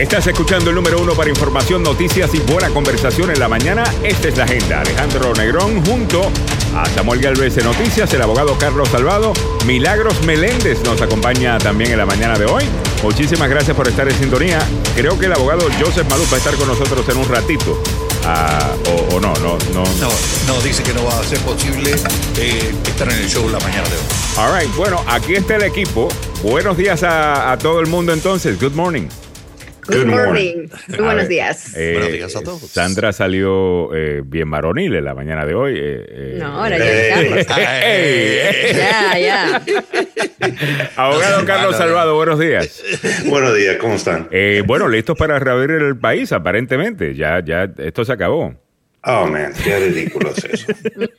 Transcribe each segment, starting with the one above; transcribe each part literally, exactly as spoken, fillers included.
Estás escuchando el número uno para información, noticias y buena conversación en la mañana. Esta es la agenda. Alejandro Negrón junto a Samuel Galvez de Noticias, el abogado Carlos Salvado. Milagros Meléndez nos acompaña también en la mañana de hoy. Muchísimas gracias por estar en sintonía. Creo que el abogado Joseph Maluf va a estar con nosotros en un ratito. Uh, o, o no, no, no. No, no, dice que no va a ser posible eh, estar en el show la mañana de hoy. All right, bueno, aquí está el equipo. Buenos días a, a todo el mundo entonces. Good morning. Good, Good morning. morning. Muy buenos días. Eh, buenos días a todos. Sandra salió eh, bien varonil en la mañana de hoy. Eh, eh, no, ahora ya Carlos. Ya, ya. Abogado no, Carlos Salvado, buenos días. Buenos días, ¿cómo están? Eh, bueno, listos para reabrir el país, aparentemente. Ya, ya, esto se acabó. Oh, man, qué ridículo es eso.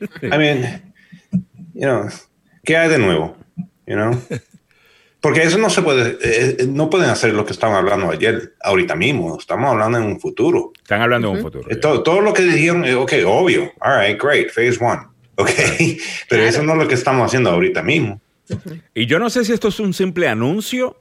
I mean, you know, ¿qué hay de nuevo? You know? Porque eso no se puede, eh, no pueden hacer lo que estaban hablando ayer, ahorita mismo. Estamos hablando en un futuro. Están hablando uh-huh. en un futuro. Todo, todo lo que dijeron, ok, obvio. All right, great, phase one. Ok, pero claro. Eso no es lo que estamos haciendo ahorita mismo. Uh-huh. Y yo no sé si esto es un simple anuncio.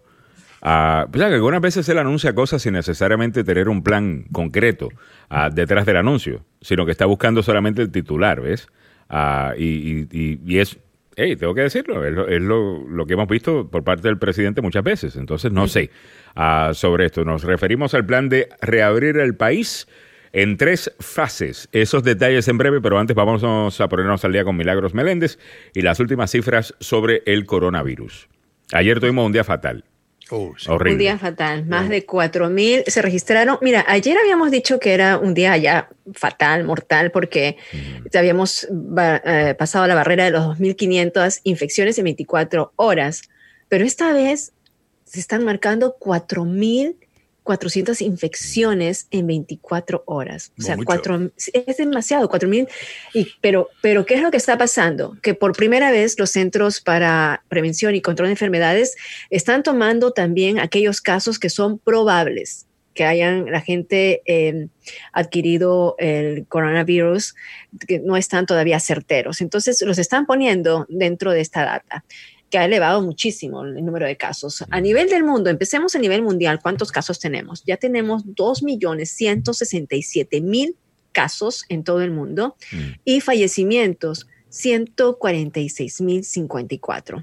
Uh, pues, que algunas veces él anuncia cosas sin necesariamente tener un plan concreto uh, detrás del anuncio, sino que está buscando solamente el titular, ¿ves? Uh, y, y, y es... Hey, tengo que decirlo, es, lo, es lo, lo que hemos visto por parte del presidente muchas veces. Entonces, no sé uh, sobre esto. Nos referimos al plan de reabrir el país en tres fases. Esos detalles en breve, pero antes vamos a ponernos al día con Milagros Meléndez y las últimas cifras sobre el coronavirus. Ayer tuvimos un día fatal. Oh, sí. Horrible. Un día fatal, más de cuatro mil se registraron. Mira, ayer habíamos dicho que era un día ya fatal, mortal, porque uh-huh. habíamos eh, pasado la barrera de los dos mil quinientas infecciones en veinticuatro horas, pero esta vez se están marcando cuatro mil cuatrocientas infecciones en veinticuatro horas. O sea, cuatro, es demasiado, cuatro mil. Pero, pero, ¿qué es lo que está pasando? Que por primera vez los Centros para Prevención y Control de Enfermedades están tomando también aquellos casos que son probables, que hayan la gente eh, adquirido el coronavirus, que no están todavía certeros. Entonces, los están poniendo dentro de esta data, que ha elevado muchísimo el número de casos. A nivel del mundo, empecemos a nivel mundial, ¿cuántos casos tenemos? Ya tenemos dos millones ciento sesenta y siete mil casos en todo el mundo mm. y fallecimientos, ciento cuarenta y seis mil cincuenta y cuatro.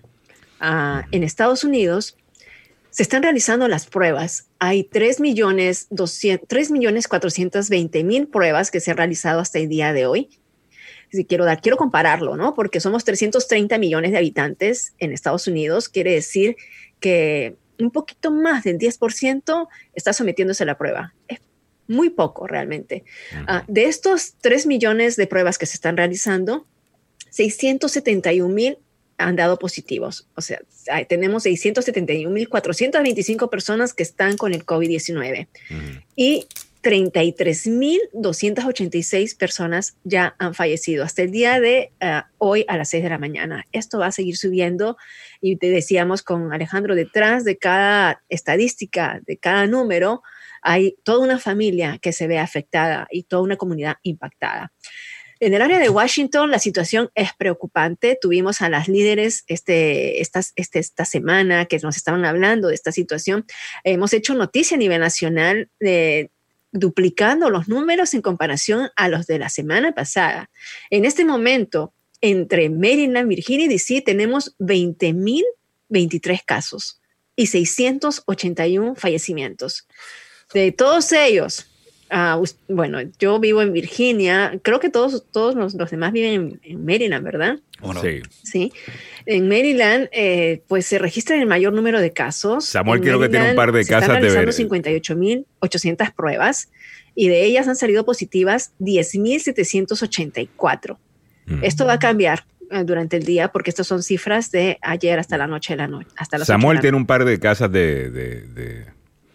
Uh, en Estados Unidos se están realizando las pruebas. Hay tres millones cuatrocientos veinte mil pruebas que se han realizado hasta el día de hoy. Si quiero dar, quiero compararlo, ¿no? Porque somos trescientos treinta millones de habitantes en Estados Unidos. Quiere decir que un poquito más del diez por ciento está sometiéndose a la prueba. Es muy poco realmente. Uh-huh. Uh, de estos tres millones de pruebas que se están realizando, seiscientos setenta y un mil han dado positivos. O sea, hay, tenemos seiscientos setenta y un mil cuatrocientas veinticinco personas que están con el COVID diecinueve. Uh-huh. Y treinta y tres mil doscientas ochenta y seis personas ya han fallecido hasta el día de uh, hoy a las seis de la mañana. Esto va a seguir subiendo y te decíamos con Alejandro, detrás de cada estadística, de cada número, hay toda una familia que se ve afectada y toda una comunidad impactada. En el área de Washington la situación es preocupante. Tuvimos a las líderes este, estas, este, esta semana que nos estaban hablando de esta situación. Hemos hecho noticia a nivel nacional de duplicando los números en comparación a los de la semana pasada. En este momento, entre Maryland, Virginia y D C tenemos veinte mil veintitrés casos y seiscientos ochenta y uno fallecimientos. De todos ellos, uh, bueno, yo vivo en Virginia, creo que todos, todos los, los demás viven en, en Maryland, ¿verdad? ¿O no? Sí. Sí. En Maryland, eh, pues se registran el mayor número de casos. Samuel, en creo Maryland, que tiene un par de se casas están de realizando ver. cincuenta y ocho mil ochocientas pruebas y de ellas han salido positivas diez mil setecientos ochenta y cuatro. Mm. Esto va a cambiar eh, durante el día porque estas son cifras de ayer hasta la noche de la noche. Hasta las Samuel ocho de la tiene noche. un par de casas de... de, de...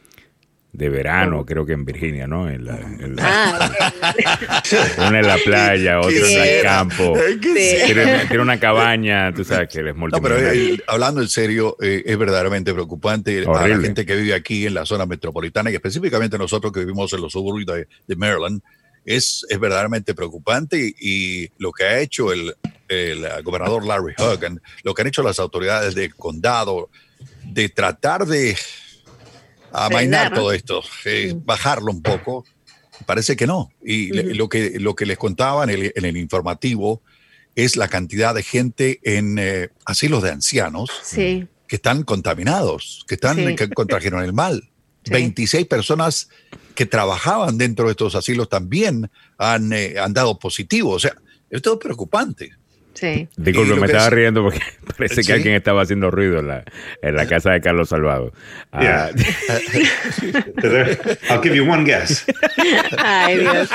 de verano, creo que en Virginia, ¿no? En la, en la, ah, una en la playa, otra en el campo. Sí. Tiene, tiene una cabaña, tú sabes que él es multimillonario. No, pero eh, hablando en serio, eh, es verdaderamente preocupante. Horrible. A la gente que vive aquí en la zona metropolitana y específicamente nosotros que vivimos en los suburbios de, de Maryland, es, es verdaderamente preocupante y, y lo que ha hecho el, el gobernador Larry Hogan, lo que han hecho las autoridades del condado de tratar de a amainar todo esto, eh, bajarlo un poco. Parece que no. Y uh-huh. lo, que, lo que les contaba en el, en el informativo es la cantidad de gente en eh, asilos de ancianos sí. que están contaminados, que, están, sí. que contrajeron el mal. Sí. veintiséis personas que trabajaban dentro de estos asilos también han, eh, han dado positivo. O sea, esto es preocupante. Sí. Disculpe, me estaba es... riendo porque parece ¿Sí? que alguien estaba haciendo ruido en la, en la casa de Carlos Salvado. Yeah. Uh, I'll give you one guess. Ay, Dios.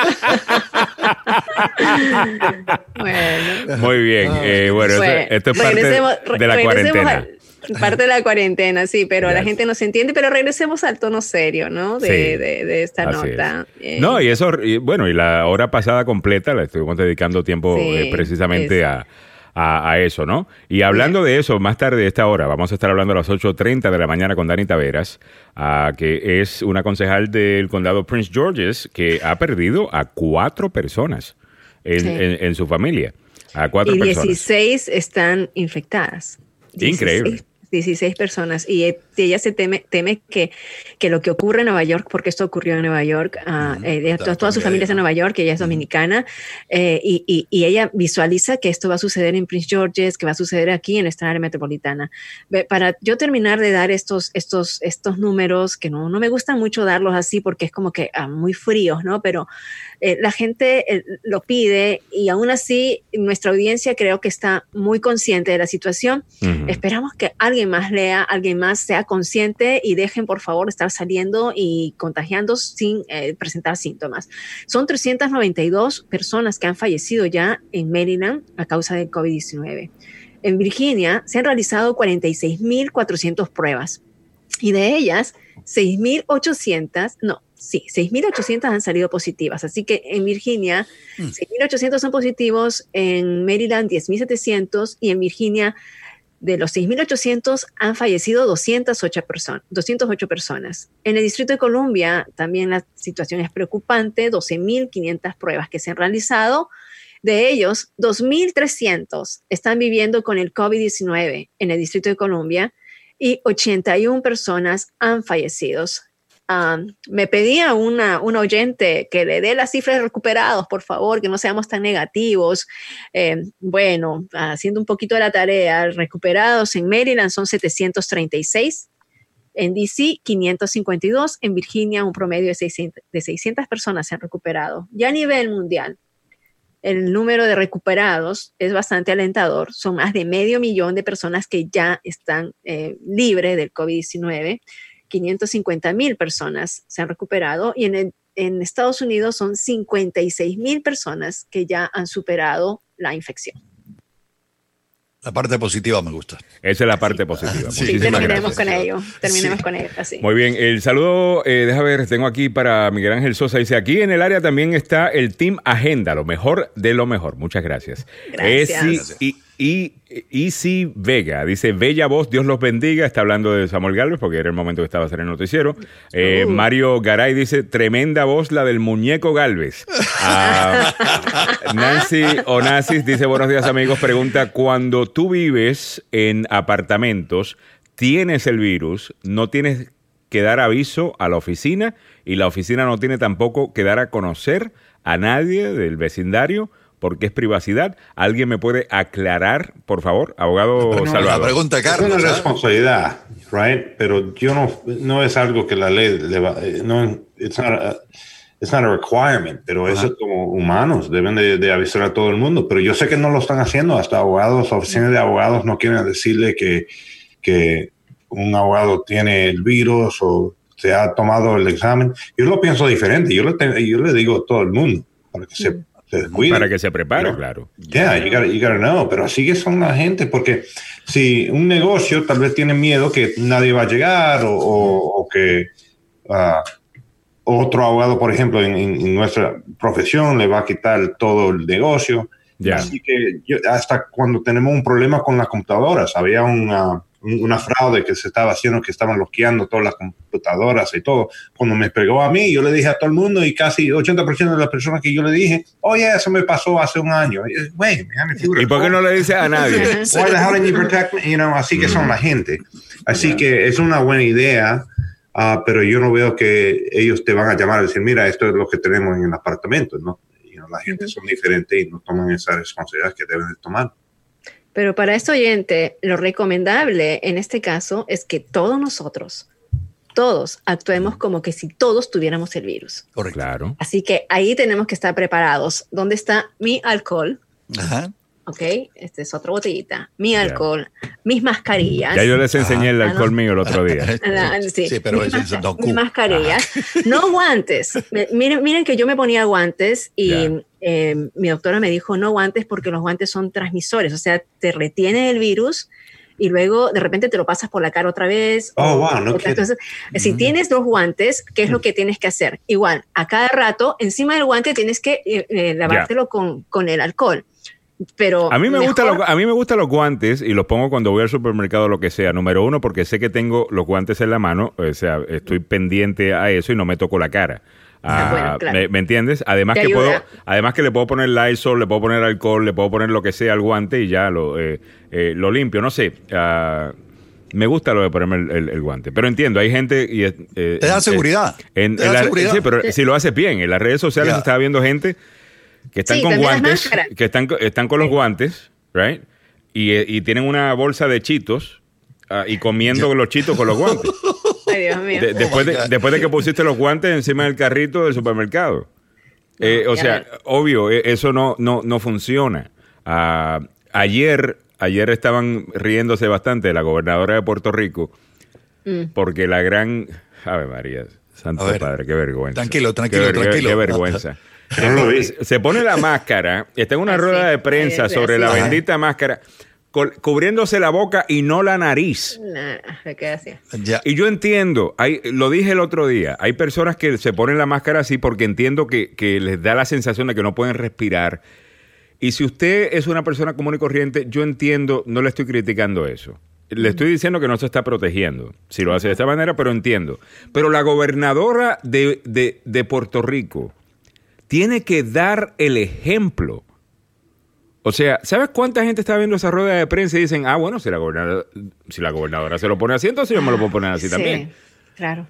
Bueno. Muy bien. Eh, bueno, bueno, esto, esto es parte de la cuarentena. A... Parte de la cuarentena, sí, pero yes. la gente no se entiende, pero regresemos al tono serio, ¿no? De, sí, de, de esta nota. Eh. No, y eso, y, bueno, y la hora pasada completa la estuvimos dedicando tiempo sí, eh, precisamente a, a, a eso, ¿no? Y hablando sí. de eso, más tarde de esta hora, vamos a estar hablando a las ocho treinta de la mañana con Dani Taveras, uh, que es una concejal del condado Prince George's que ha perdido a cuatro personas en, sí. en, en su familia. A cuatro y personas. dieciséis están infectadas. dieciséis. Increíble. dieciséis personas y ella se teme, teme que, que lo que ocurre en Nueva York, porque esto ocurrió en Nueva York, uh, mm, eh, toda, toda su familia es en Nueva York, ella es dominicana, eh, y, y, y ella visualiza que esto va a suceder en Prince George's, que va a suceder aquí en esta área metropolitana. Para yo terminar de dar estos, estos, estos números, que no, no me gustan mucho darlos así porque es como que ah, muy fríos, ¿no? Pero eh, la gente eh, lo pide y aún así nuestra audiencia creo que está muy consciente de la situación. Uh-huh. Esperamos que alguien más lea, alguien más sea consciente y dejen por favor estar saliendo y contagiando sin eh, presentar síntomas. Son trescientas noventa y dos personas que han fallecido ya en Maryland a causa del COVID diecinueve. En Virginia se han realizado cuarenta y seis mil cuatrocientas pruebas y de ellas seis mil ochocientas, no, sí, seis mil ochocientas han salido positivas. Así que en Virginia mm. seis mil ochocientos son positivos, en Maryland diez mil setecientos y en Virginia de los seis mil ochocientos han fallecido doscientas ocho personas, doscientas ocho personas. En el Distrito de Columbia también la situación es preocupante, doce mil quinientas pruebas que se han realizado. De ellos, dos mil trescientos están viviendo con el COVID diecinueve en el Distrito de Columbia y ochenta y una personas han fallecido. Um, me pedía una, una oyente que le dé las cifras de recuperados, por favor, que no seamos tan negativos. Eh, bueno, haciendo un poquito de la tarea, recuperados en Maryland son setecientos treinta y seis, en D C quinientos cincuenta y dos, en Virginia un promedio de seiscientas, de seiscientas personas se han recuperado. Ya a nivel mundial, el número de recuperados es bastante alentador, son más de medio millón de personas que ya están eh, libres del COVID diecinueve. quinientas cincuenta mil personas se han recuperado y en, el, en Estados Unidos son cincuenta y seis mil personas que ya han superado la infección. La parte positiva me gusta. Esa es la parte positiva. Sí, sí, terminemos con ello. Terminemos sí. con ello. Así. Muy bien. El saludo, eh, deja ver, tengo aquí para Miguel Ángel Sosa. Dice, aquí en el área también está el Team Agenda, lo mejor de lo mejor. Muchas gracias. Gracias. Es, y, y, Easy Vega, dice, bella voz, Dios los bendiga. Está hablando de Samuel Galvez porque era el momento que estaba haciendo el noticiero. Eh, uh. Mario Garay dice, tremenda voz la del muñeco Galvez. Uh, Nancy Onassis dice, buenos días amigos, pregunta, cuando tú vives en apartamentos, tienes el virus, no tienes que dar aviso a la oficina y la oficina no tiene tampoco que dar a conocer a nadie del vecindario porque es privacidad. ¿Alguien me puede aclarar, por favor, abogado bueno, Salvador? La pregunta, Carlos. Es una responsabilidad, right? Pero yo no, no es algo que la ley le va, no, it's not a, it's not a requirement, pero uh-huh. eso es como humanos, deben de, de avisar a todo el mundo. Pero yo sé que no lo están haciendo, hasta abogados, oficinas de abogados no quieren decirle que, que un abogado tiene el virus o se ha tomado el examen. Yo lo pienso diferente, yo le, yo le digo a todo el mundo para que se para que se prepare, ¿no? Claro. Yeah, you gotta, you gotta know. Pero así que son la gente, porque si un negocio tal vez tiene miedo que nadie va a llegar o, o, o que uh, otro abogado, por ejemplo, en, en nuestra profesión le va a quitar todo el negocio. Yeah. Así que yo, hasta cuando tenemos un problema con las computadoras, había una, una fraude que se estaba haciendo, que estaban bloqueando todas las computadoras y todo. Cuando me pegó a mí, yo le dije a todo el mundo y casi ochenta por ciento de las personas que yo le dije, oye, eso me pasó hace un año. Wait, ¿y por qué no le dice a nadie? Why the hell didn't you protect me? You know, así que son la gente. Así yeah. que es una buena idea uh, pero yo no veo que ellos te van a llamar a decir, mira, esto es lo que tenemos en el apartamento, ¿no? Y, ¿no? La gente uh-huh. son diferentes y no toman esa responsabilidad que deben de tomar. Pero para este oyente, lo recomendable en este caso es que todos nosotros, todos actuemos como que si todos tuviéramos el virus. Correcto. Claro. Así que ahí tenemos que estar preparados. ¿Dónde está mi alcohol? Ajá. Ok, esta es otra botellita. Mi alcohol, yeah. mis mascarillas. Ya yo les enseñé el alcohol ah, no. mío el otro día. Ah, sí. sí, pero mis, es masca- mis mascarillas. No guantes. Miren, miren que yo me ponía guantes y yeah. eh, mi doctora me dijo no guantes porque los guantes son transmisores. O sea, te retiene el virus y luego de repente te lo pasas por la cara otra vez. Oh, wow, no Entonces, si mm. tienes dos guantes, ¿qué es lo que tienes que hacer? Igual, a cada rato, encima del guante tienes que eh, eh, lavártelo yeah. con, con el alcohol. Pero a mí me mejor... gusta lo, a mí me gustan los guantes y los pongo cuando voy al supermercado o lo que sea. Número uno, porque sé que tengo los guantes en la mano, o sea, estoy pendiente a eso y no me toco la cara. Ah, bueno, claro. ¿me, ¿Me entiendes? Además que puedo, además que le puedo poner Lysol, le puedo poner alcohol, le puedo poner lo que sea al guante y ya lo, eh, eh, lo limpio. No sé. Uh, me gusta lo de ponerme el, el, el guante. Pero entiendo, hay gente... Y, eh, Te da seguridad. En, Te en da la, seguridad. Sí, pero sí. si lo haces bien. En las redes sociales yeah. estaba viendo gente que están sí, con guantes, que están, están con los sí. guantes, right? Y, y tienen una bolsa de chitos uh, y comiendo yeah. los chitos con los guantes. Ay, Dios mío. De, después, de, después de que pusiste los guantes encima del carrito del supermercado. No, eh, o sea, obvio, eso no, no, no funciona. Uh, ayer, ayer estaban riéndose bastante de la gobernadora de Puerto Rico mm. porque la gran... Ave María, santo padre, qué vergüenza. Tranquilo, tranquilo, qué, tranquilo. Qué, qué vergüenza. Se, se pone la máscara, está en una rueda de prensa sobre la bendita máscara, cubriéndose la boca y no la nariz. Nah, me quedé así. Ya. Y yo entiendo, hay, lo dije el otro día, hay personas que se ponen la máscara así porque entiendo que, que les da la sensación de que no pueden respirar. Y si usted es una persona común y corriente, yo entiendo, no le estoy criticando eso. Le estoy diciendo que no se está protegiendo, si lo hace de esta manera, pero entiendo. Pero la gobernadora de, de, de Puerto Rico tiene que dar el ejemplo. O sea, ¿sabes cuánta gente está viendo esa rueda de prensa y dicen, ah, bueno, si la gobernadora, si la gobernadora se lo pone así, entonces yo me lo puedo poner así sí, también? Claro.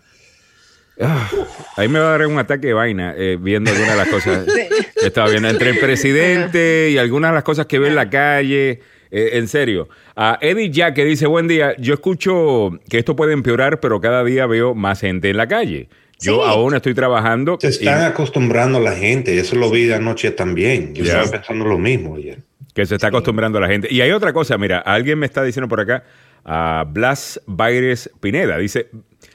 Ah, ahí me va a dar un ataque de vaina eh, viendo algunas de las cosas sí. que estaba viendo entre el presidente y algunas de las cosas que ve en la calle. Eh, en serio. Uh, Eddie Jack que dice, buen día, yo escucho que esto puede empeorar, pero cada día veo más gente en la calle. Yo sí. aún estoy trabajando. Se están y... acostumbrando a la gente. Eso lo vi anoche también. Yo yeah. estaba pensando lo mismo ayer. Que se está sí. acostumbrando a la gente. Y hay otra cosa, mira, alguien me está diciendo por acá, uh, Blas Baires Pineda, dice,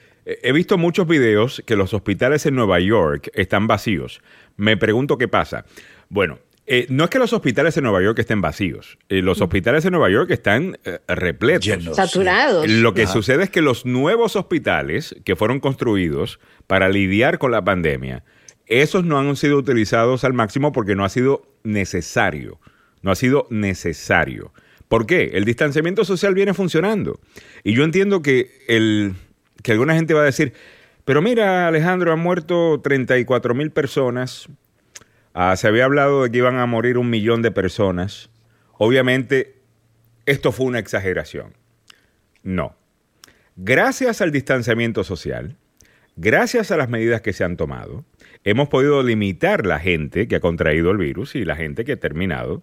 he visto muchos videos que los hospitales en Nueva York están vacíos. Me pregunto qué pasa. Bueno, Eh, no es que los hospitales en Nueva York estén vacíos. Eh, los hospitales en Nueva York están eh, repletos. Llenos. Saturados. Lo que Ajá. sucede es que los nuevos hospitales que fueron construidos para lidiar con la pandemia, esos no han sido utilizados al máximo porque no ha sido necesario. No ha sido necesario. ¿Por qué? El distanciamiento social viene funcionando. Y yo entiendo que, el, que alguna gente va a decir, pero mira, Alejandro, han muerto treinta y cuatro mil personas. Uh, se había hablado de que iban a morir un millón de personas. Obviamente, esto fue una exageración. No. Gracias al distanciamiento social, gracias a las medidas que se han tomado, hemos podido limitar la gente que ha contraído el virus y la gente que ha terminado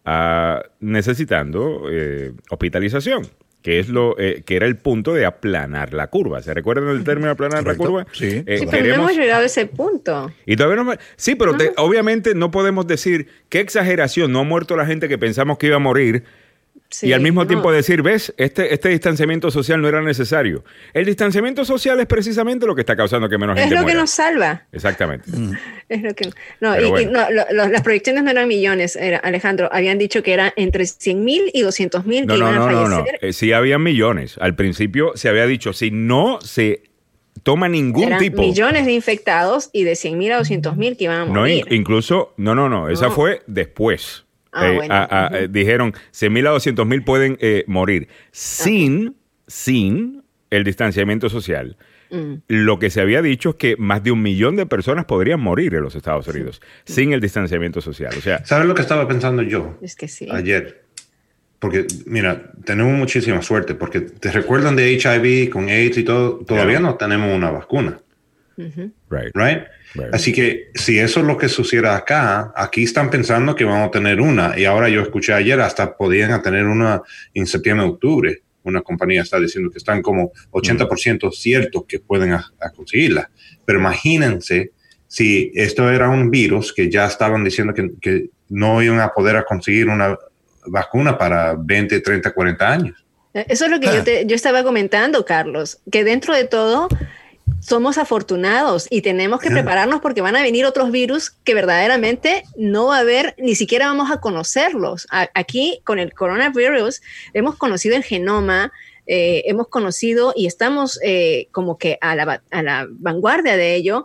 uh, necesitando eh, hospitalización, que es lo eh, que era el punto de aplanar la curva. ¿Se recuerdan el término de aplanar Correcto. la curva? Sí, eh, sí pero queremos... no hemos llegado a ese punto. Y todavía no... Sí, pero te, obviamente no podemos decir qué exageración, no ha muerto la gente que pensamos que iba a morir. Sí, y al mismo no. tiempo decir, ves, este, este distanciamiento social no era necesario. El distanciamiento social es precisamente lo que está causando que menos es gente lo muera. que nos salva. Exactamente. Mm. Es lo que, no, y, bueno. y no lo, lo, las proyecciones no eran millones, era, Alejandro. Habían dicho que eran entre cien mil y doscientos mil no, que no, iban no, a fallecer. No, no, eh, sí habían millones. Al principio se había dicho, si no se toma ningún eran tipo... millones de infectados y de cien mil a doscientos mil que iban a morir. No, incluso, no, no, no, esa no. fue después. Ah, eh, bueno. a, a, uh-huh. Dijeron cien mil a doscientos mil pueden eh, morir sin, okay. sin el distanciamiento social. Mm. Lo que se había dicho es que más de un millón de personas podrían morir en los Estados Unidos sí. sin el distanciamiento social. O sea, ¿sabes lo que estaba pensando yo? Es que sí. Ayer. porque mira, tenemos muchísima suerte, porque te recuerdan de H I V con AIDS y todo, todavía yeah. no tenemos una vacuna. Uh-huh. Right. Right? Right. Así que si eso es lo que sucediera acá, aquí están pensando que vamos a tener una, y ahora yo escuché ayer hasta podían tener una en septiembre, octubre. Una compañía está diciendo que están como ochenta por ciento ciertos que pueden a, a conseguirla. Pero imagínense si esto era un virus que ya estaban diciendo que, que no iban a poder a conseguir una vacuna para veinte, treinta, cuarenta años. Eso es lo que ah. yo, te, yo estaba comentando, Carlos, que dentro de todo somos afortunados y tenemos que yeah. prepararnos porque van a venir otros virus que verdaderamente no va a haber, ni siquiera vamos a conocerlos. A, aquí con el coronavirus hemos conocido el genoma, eh, hemos conocido y estamos eh, como que a la, a la vanguardia de ello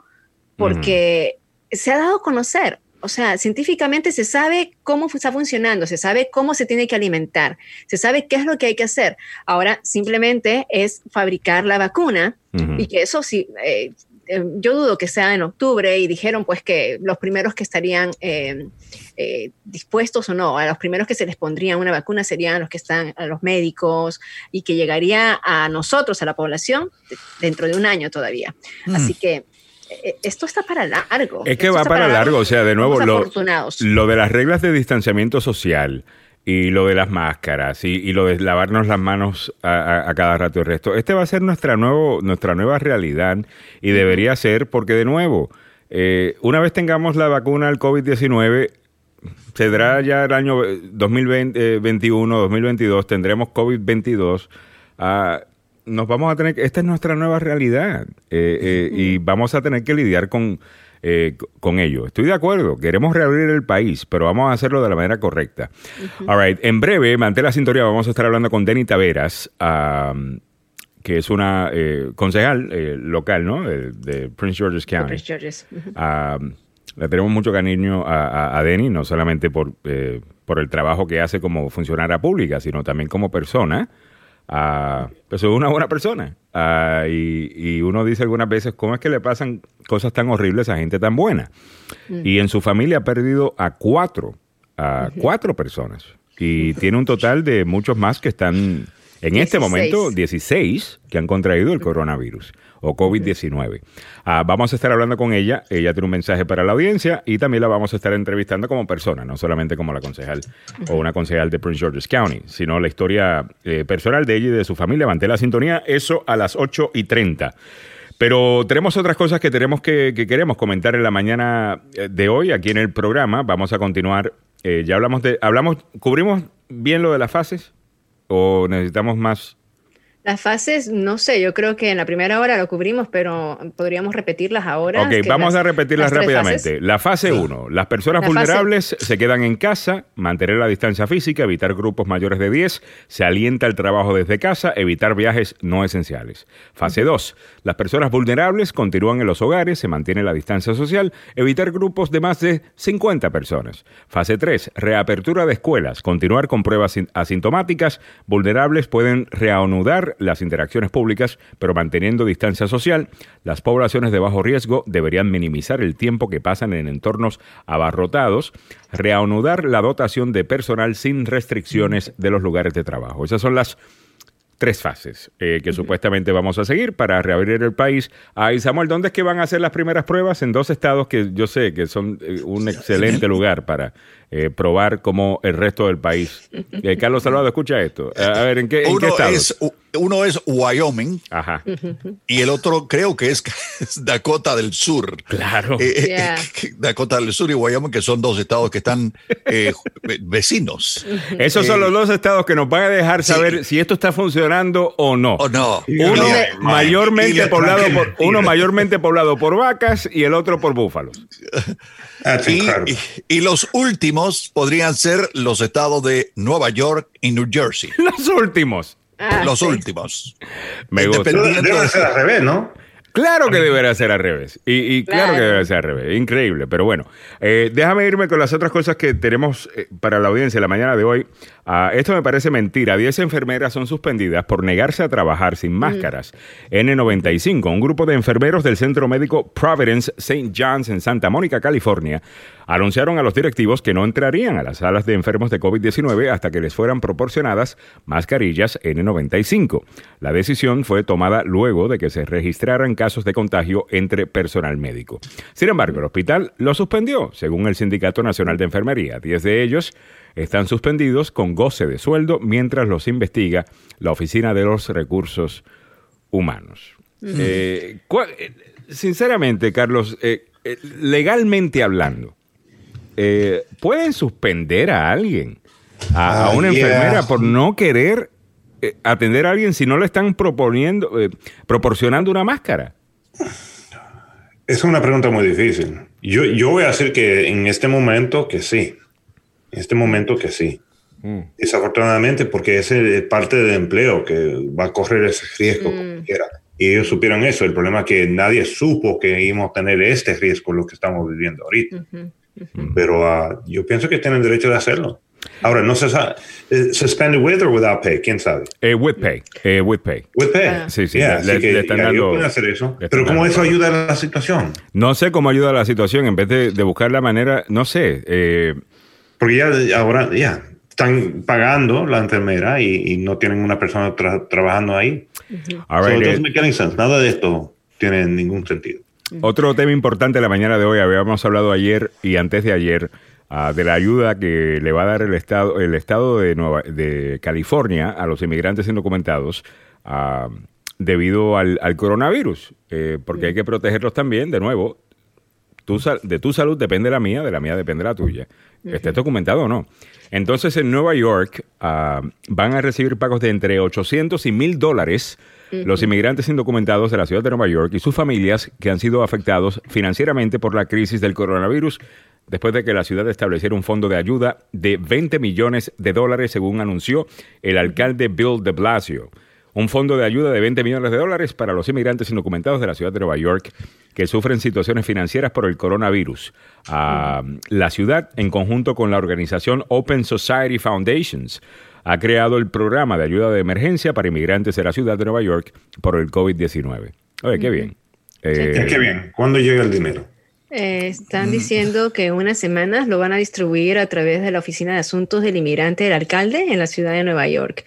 porque mm. se ha dado a conocer. O sea, científicamente se sabe cómo está funcionando, se sabe cómo se tiene que alimentar, se sabe qué es lo que hay que hacer. Ahora simplemente es fabricar la vacuna uh-huh. y que eso sí, eh, eh, yo dudo que sea en octubre y dijeron pues que los primeros que estarían eh, eh, dispuestos o no, a los primeros que se les pondría una vacuna serían los que están, a los médicos y que llegaría a nosotros, a la población, dentro de un año todavía. Uh-huh. Así que esto está para largo. Es que esto va para, para largo. largo, o sea, de nuevo, lo, lo de las reglas de distanciamiento social y lo de las máscaras y, y lo de lavarnos las manos a, a, a cada rato y el resto. Este va a ser nuestra, nuevo, nuestra nueva realidad y debería ser porque, de nuevo, eh, una vez tengamos la vacuna al COVID diecinueve, será ya el año dos mil veintiuno, dos mil veintidós, tendremos COVID veintidós. Uh, nos vamos a tener que, esta es nuestra nueva realidad eh, eh, y vamos a tener que lidiar con, eh, con ello. Estoy de acuerdo, queremos reabrir el país, pero vamos a hacerlo de la manera correcta. Uh-huh. All right. En breve, mantén la sintonía, vamos a estar hablando con Denny Taveras, um, que es una eh, concejal eh, local, ¿no? De, de Prince George's County. Prince George's. Uh-huh. Um, le tenemos mucho cariño a, a, a Denny, no solamente por, eh, por el trabajo que hace como funcionaria pública, sino también como persona. Uh, pues es una buena persona uh, y, y uno dice algunas veces cómo es que le pasan cosas tan horribles a gente tan buena mm. y en su familia ha perdido a cuatro a uh-huh. cuatro personas y tiene un total de muchos más que están en dieciséis. Este momento dieciséis que han contraído el coronavirus o COVID diecinueve. Uh, vamos a estar hablando con ella. Ella tiene un mensaje para la audiencia y también la vamos a estar entrevistando como persona, no solamente como la concejal o una concejal de Prince George's County, sino la historia eh, personal de ella y de su familia. Mantén la sintonía, eso a las ocho y treinta. Pero tenemos otras cosas que tenemos que, que queremos comentar en la mañana de hoy aquí en el programa. Vamos a continuar. Eh, ya hablamos de, hablamos, ¿cubrimos bien lo de las fases o necesitamos más? Las fases, no sé, yo creo que en la primera hora lo cubrimos, pero podríamos repetirlas ahora. Ok, vamos las, a repetirlas rápidamente. La fase uno, las personas la vulnerables fase... se quedan en casa, mantener la distancia física, evitar grupos mayores de diez, se alienta el trabajo desde casa, evitar viajes no esenciales. Fase dos, uh-huh. las personas vulnerables continúan en los hogares, se mantiene la distancia social, evitar grupos de más de cincuenta personas. Fase tres, reapertura de escuelas, continuar con pruebas asintomáticas, vulnerables pueden reanudar las interacciones públicas, pero manteniendo distancia social. Las poblaciones de bajo riesgo deberían minimizar el tiempo que pasan en entornos abarrotados, reanudar la dotación de personal sin restricciones de los lugares de trabajo. Esas son las tres fases eh, que uh-huh. supuestamente vamos a seguir para reabrir el país. Ay, Samuel, ¿dónde es que van a hacer las primeras pruebas? En dos estados que yo sé que son eh, un excelente lugar para eh, probar como el resto del país. Eh, Carlos Salvador, escucha esto. A ver, ¿en qué, en uno qué estado? Es, uno es Wyoming. Ajá. Y el otro creo que es Dakota del Sur. Claro. Eh, yeah. eh, Dakota del Sur y Wyoming, que son dos estados que están eh, vecinos. Esos son eh, los dos estados que nos van a dejar saber sí. si esto está funcionando o no. O no. Uno no. mayormente poblado por uno mayormente poblado por vacas y el otro por búfalos. Y, y, y los últimos podrían ser los estados de Nueva York y New Jersey. Los últimos. Ah, los sí. últimos. Me gusta. Debe ser al revés, ¿no? Claro que deberá ser al revés. Y, y claro. claro que deberá ser al revés. Increíble. Pero bueno, eh, déjame irme con las otras cosas que tenemos eh, para la audiencia la mañana de hoy. Uh, esto me parece mentira. Diez enfermeras son suspendidas por negarse a trabajar sin máscaras. Mm. N noventa y cinco, un grupo de enfermeros del Centro Médico Providence Saint John's en Santa Mónica, California, anunciaron a los directivos que no entrarían a las salas de enfermos de COVID diecinueve hasta que les fueran proporcionadas mascarillas ene noventa y cinco. La decisión fue tomada luego de que se registraran casos de contagio entre personal médico. Sin embargo, el hospital lo suspendió, según el Sindicato Nacional de Enfermería. Diez de ellos están suspendidos con goce de sueldo mientras los investiga la Oficina de los Recursos Humanos. Mm. Eh, sinceramente, Carlos, eh, eh, legalmente hablando, eh, ¿pueden suspender a alguien, a, a una uh, yeah. enfermera, por no querer eh, atender a alguien si no le están proponiendo, eh, proporcionando una máscara? Es una pregunta muy difícil. Yo, yo voy a decir que en este momento que sí. En este momento que sí. Mm. Desafortunadamente, porque es parte del empleo que va a correr ese riesgo mm. como quiera. Y ellos supieron eso. El problema es que nadie supo que íbamos a tener este riesgo, lo que estamos viviendo ahorita. Uh-huh. Uh-huh. Pero uh, yo pienso que tienen derecho de hacerlo. Ahora, no se sabe. ¿Suspended with or without pay? ¿Quién sabe? Eh, with pay. Eh, with pay. With pay. Ah. Sí, sí. Yeah, le, así que le están dando, pueden hacer eso. Pero ¿cómo eso ayuda a la situación? No sé cómo ayuda a la situación. En vez de, de buscar la manera, no sé. Eh, Porque ya ahora, ya, están pagando la enfermera y, y no tienen una persona tra- trabajando ahí. Uh-huh. All right, so, it doesn't make any sense. Nada de esto tiene ningún sentido. Otro tema importante de la mañana de hoy, habíamos hablado ayer y antes de ayer uh, de la ayuda que le va a dar el estado, el estado de, Nueva, de California a los inmigrantes indocumentados uh, debido al, al coronavirus, eh, porque uh-huh. hay que protegerlos también, de nuevo. Tu, de tu salud depende la mía, de la mía depende la tuya. Uh-huh. ¿Estés documentado o no? Entonces, en Nueva York uh, van a recibir pagos de entre ochocientos y mil dólares uh-huh. los inmigrantes indocumentados de la ciudad de Nueva York y sus familias que han sido afectados financieramente por la crisis del coronavirus después de que la ciudad estableciera un fondo de ayuda de veinte millones de dólares, según anunció el alcalde Bill de Blasio. Un fondo de ayuda de veinte millones de dólares para los inmigrantes indocumentados de la ciudad de Nueva York que sufren situaciones financieras por el coronavirus. Uh, la ciudad, en conjunto con la organización Open Society Foundations, ha creado el programa de ayuda de emergencia para inmigrantes de la ciudad de Nueva York por el COVID diecinueve. Oye, qué bien. Eh, qué bien. ¿Cuándo llega el dinero? Eh, están diciendo que en unas semanas lo van a distribuir a través de la Oficina de Asuntos del Inmigrante del Alcalde en la ciudad de Nueva York.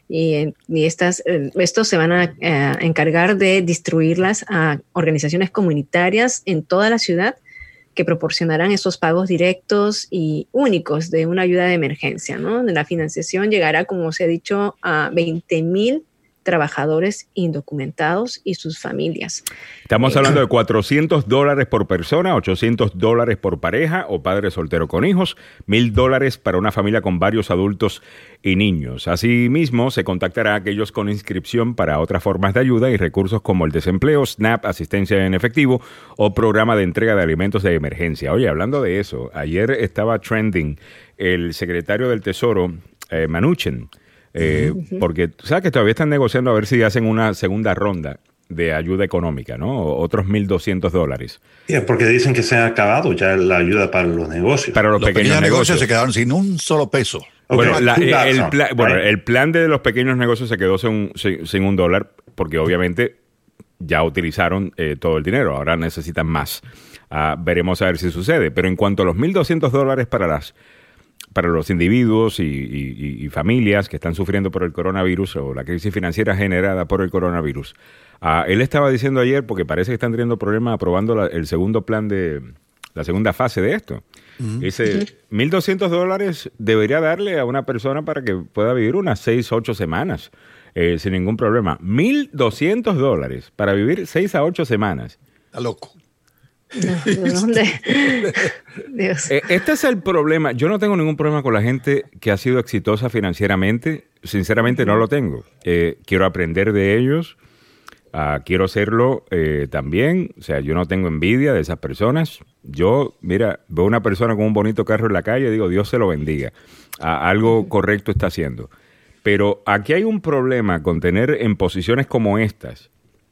Y, y estas, estos se van a eh, encargar de distribuirlas a organizaciones comunitarias en toda la ciudad que proporcionarán esos pagos directos y únicos de una ayuda de emergencia, ¿no? La financiación llegará, como se ha dicho, a veinte mil trabajadores indocumentados y sus familias. Estamos hablando de cuatrocientos dólares por persona, ochocientos dólares por pareja o padre soltero con hijos, mil dólares para una familia con varios adultos y niños. Asimismo, se contactará a aquellos con inscripción para otras formas de ayuda y recursos como el desempleo, SNAP, asistencia en efectivo o programa de entrega de alimentos de emergencia. Oye, hablando de eso, ayer estaba trending el secretario del Tesoro, eh, Mnuchin, Eh, uh-huh. porque tú sabes que todavía están negociando a ver si hacen una segunda ronda de ayuda económica, ¿no? Otros mil doscientos dólares. Yeah, porque dicen que se ha acabado ya la ayuda para los negocios. Para los, los pequeños, pequeños negocios. negocios se quedaron sin un solo peso. Okay. Bueno, la, el, el plan, bueno, el plan de los pequeños negocios se quedó sin, sin, sin un dólar porque obviamente ya utilizaron eh, todo el dinero. Ahora necesitan más. Uh, veremos a ver si sucede. Pero en cuanto a los mil doscientos dólares para las para los individuos y, y, y familias que están sufriendo por el coronavirus o la crisis financiera generada por el coronavirus. Uh, él estaba diciendo ayer, porque parece que están teniendo problemas aprobando la, el segundo plan de la segunda fase de esto. Uh-huh. Dice, mil doscientos dólares debería darle a una persona para que pueda vivir unas seis, ocho semanas eh, sin ningún problema. mil doscientos dólares para vivir seis a ocho semanas. Está loco. No, ¿dónde? Dios. Este es el problema. Yo no tengo ningún problema con la gente que ha sido exitosa financieramente. Sinceramente no lo tengo. Eh, quiero aprender de ellos. Uh, quiero serlo eh, también. O sea, yo no tengo envidia de esas personas. Yo, mira, veo una persona con un bonito carro en la calle y digo, Dios se lo bendiga. Uh, algo correcto está haciendo. Pero aquí hay un problema con tener en posiciones como estas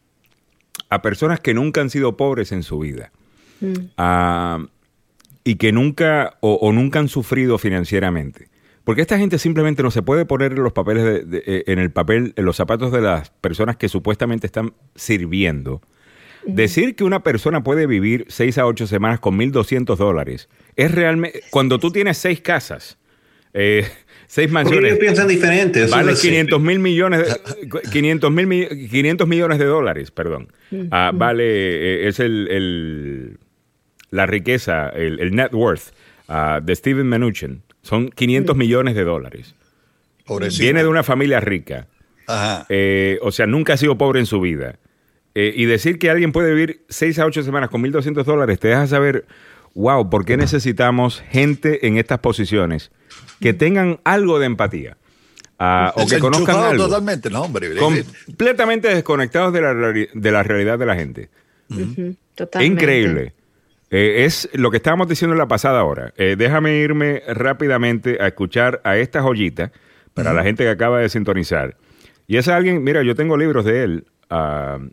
a personas que nunca han sido pobres en su vida. Mm. Uh, y que nunca o, o nunca han sufrido financieramente. Porque esta gente simplemente no se puede poner en los papeles de, de, en el papel, en los zapatos de las personas que supuestamente están sirviendo decir que una persona puede vivir seis a ocho semanas con mil doscientos dólares es realmente, cuando tú tienes seis casas, eh, seis mansiones. Ellos piensan diferente. Eso vale es quinientos mil millones, de, quinientos mil, quinientos millones de dólares, perdón. Uh, vale, eh, es el, el, la riqueza, el, el net worth uh, de Steven Mnuchin. Son quinientos uh, millones de dólares. Pobrecito. Viene de una familia rica. Ajá. Eh, o sea, nunca ha sido pobre en su vida. Eh, y decir que alguien puede vivir seis a ocho semanas con mil doscientos dólares te deja saber, wow, ¿por qué necesitamos gente en estas posiciones que tengan algo de empatía? Uh, o que conozcan algo. Totalmente, no, hombre. Completamente desconectados de la, de la realidad de la gente. Uh-huh. Totalmente. Increíble. Eh, es lo que estábamos diciendo en la pasada hora. Eh, déjame irme rápidamente a escuchar a esta joyita para uh-huh. la gente que acaba de sintonizar. Y es alguien, mira, yo tengo libros de él. Uh,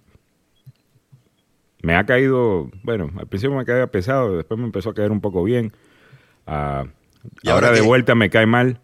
me ha caído, bueno, al principio me caía pesado, después me empezó a caer un poco bien. Uh, y ahora, ahora de vuelta me cae mal.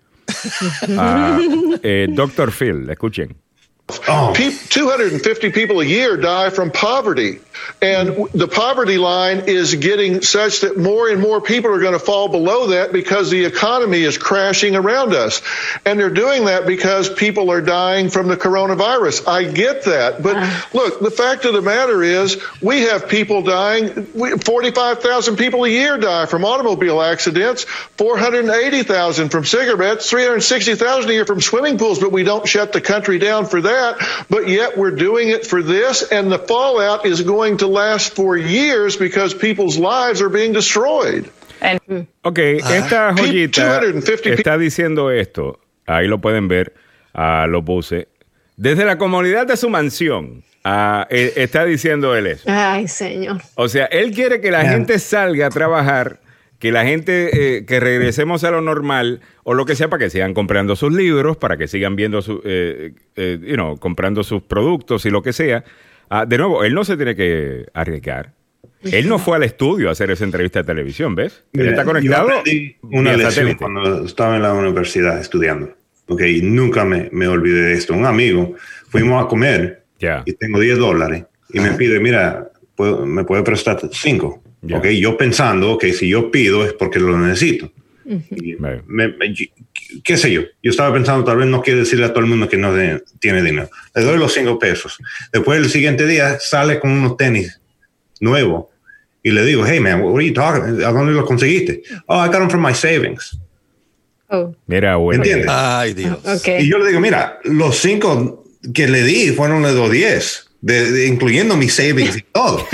Uh, eh, doctor Phil, escuchen. Oh. two hundred fifty people a year die from poverty, and the poverty line is getting such that more and more people are going to fall below that because the economy is crashing around us, and they're doing that because people are dying from the coronavirus. I get that, but look, the fact of the matter is we have people dying, forty-five thousand people a year die from automobile accidents, four hundred eighty thousand from cigarettes, three hundred sixty thousand a year from swimming pools, but we don't shut the country down for that. But yet we're doing it for this, and the fallout is going to last for years because people's lives are being destroyed. Ok, esta joyita está diciendo esto, ahí lo pueden ver, uh, lo puse, desde la comodidad de su mansión, uh, eh, está diciendo él eso. Ay, señor. O sea, él quiere que la yeah. gente salga a trabajar, que la gente, eh, que regresemos a lo normal, o lo que sea, para que sigan comprando sus libros, para que sigan viendo, su, eh, eh, you know, comprando sus productos y lo que sea. Ah, de nuevo, él no se tiene que arriesgar. Él no fue al estudio a hacer esa entrevista de televisión, ¿ves? Mira, él está conectado. Yo aprendí una lección cuando estaba en la universidad estudiando. Okay, nunca me, me olvidé de esto. Un amigo, fuimos a comer yeah. y tengo diez dólares y me pide, mira, ¿puedo, ¿me puede prestar cinco? Yeah. Okay, yo pensando que si yo pido es porque lo necesito. Uh-huh. Y me, me, qué sé yo. Yo estaba pensando, tal vez no quiere decirle a todo el mundo que no de, tiene dinero. Le doy los cinco pesos. Después el siguiente día sale con unos tenis nuevos y le digo, hey man, what are you talking? ¿A dónde los conseguiste? Oh, I got them from my savings. Oh. Mira, bueno. ¿Entiendes? Ay, Dios. Oh, okay. Y yo le digo, mira, los cinco que le di fueron de los diez. De, de, incluyendo mis savings y todo.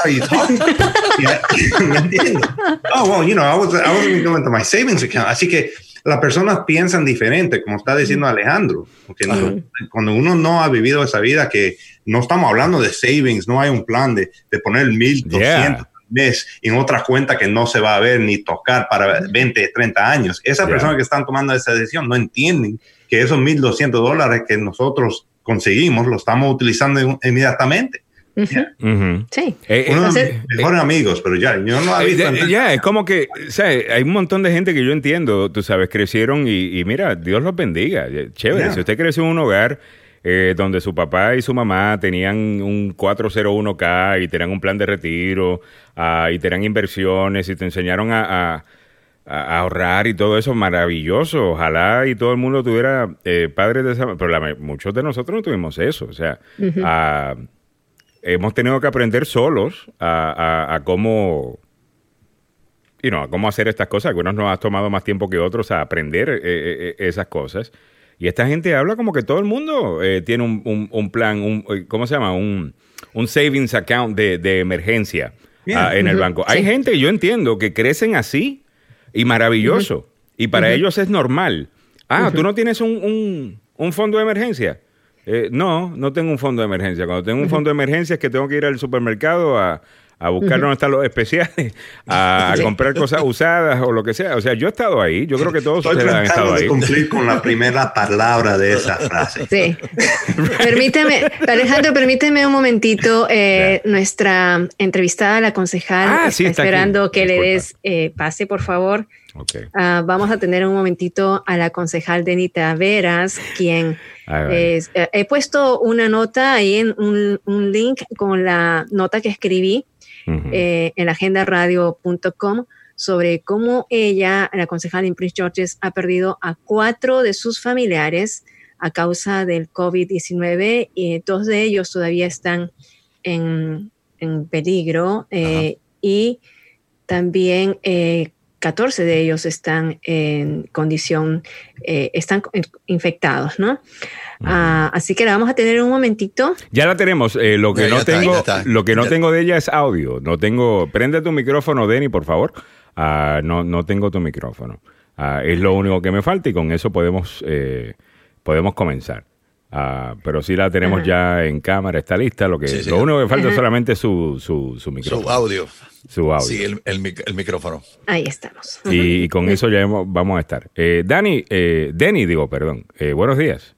¿Me entiendes? Oh, well, you know, I was, I wasn't going to my savings account. Así que las personas piensan diferente, como está diciendo Alejandro. Porque uh-huh. no, cuando uno no ha vivido esa vida, que no estamos hablando de savings, no hay un plan de, de poner mil doscientos yeah. mes en otra cuenta que no se va a ver ni tocar para veinte, treinta años. Esas yeah. personas que están tomando esa decisión no entienden que esos mil doscientos dólares que nosotros conseguimos, lo estamos utilizando inmediatamente. Uh-huh. Yeah. Uh-huh. Sí. Eh, Uno de mis mejores amigos, pero ya, yo no he visto. Ya, eh, yeah, es como que, o sea, hay un montón de gente que yo entiendo, tú sabes, crecieron y, y mira, Dios los bendiga. Chévere, yeah. si usted creció en un hogar eh, donde su papá y su mamá tenían un cuatro cero uno K y tenían un plan de retiro uh, y tenían inversiones y te enseñaron a... a a ahorrar y todo eso, maravilloso. Ojalá y todo el mundo tuviera eh, padres de esa... Pero la, muchos de nosotros no tuvimos eso. O sea, uh-huh. a, hemos tenido que aprender solos a, a, a cómo... You know, a cómo hacer estas cosas. Algunos nos ha tomado más tiempo que otros a aprender eh, eh, esas cosas. Y esta gente habla como que todo el mundo eh, tiene un, un, un plan, un, ¿cómo se llama? Un, un savings account de, de emergencia yeah. uh, en uh-huh. el banco. Sí. Hay gente, yo entiendo, que crecen así y maravilloso. Uh-huh. Y para uh-huh. ellos es normal. Ah, uh-huh. ¿tú no tienes un, un, un fondo de emergencia? Eh, no, no tengo un fondo de emergencia. Cuando tengo un uh-huh. fondo de emergencia es que tengo que ir al supermercado a, a buscar uh-huh. dónde están los especiales, a, a comprar cosas usadas o lo que sea. O sea, yo he estado ahí. Yo creo que todos Estoy ustedes han estado ahí. Estoy tratando de cumplir con la primera palabra de esa frase. Sí. Permíteme, Alejandro, permíteme un momentito. Eh, yeah. Nuestra entrevistada, la concejal, ah, está, sí, está esperando aquí. que Disculpa. le des eh, pase, por favor. Okay. Uh, vamos a tener un momentito a la concejal Deni Taveras, quien es, eh, he puesto una nota ahí, en un, un link con la nota que escribí uh-huh. eh, en la agenda radio punto com sobre cómo ella, la concejal en Prince George's, ha perdido a cuatro de sus familiares a causa del COVID diecinueve y dos de ellos todavía están en, en peligro uh-huh. eh, y también eh, catorce de ellos están en condición, eh, están infectados, ¿no? Uh-huh. Uh, así que la vamos a tener un momentito. Ya la tenemos. Eh, lo que ya, no ya tengo, está, lo que no ya. tengo de ella es audio. No tengo. Prende tu micrófono, Deni, por favor. Uh, no, no tengo tu micrófono. Uh, es lo único que me falta y con eso podemos, eh, podemos comenzar. Uh, pero sí la tenemos uh-huh. ya en cámara, está lista. Lo que sí, sí. lo único que falta uh-huh. es solamente su, su, su micrófono. Su audio. Su audio. Sí, el, el, el micrófono. Ahí estamos. Uh-huh. Y, y con eso ya hemos, vamos a estar. Eh, Dani, eh, Deni, digo, perdón. Eh, buenos días.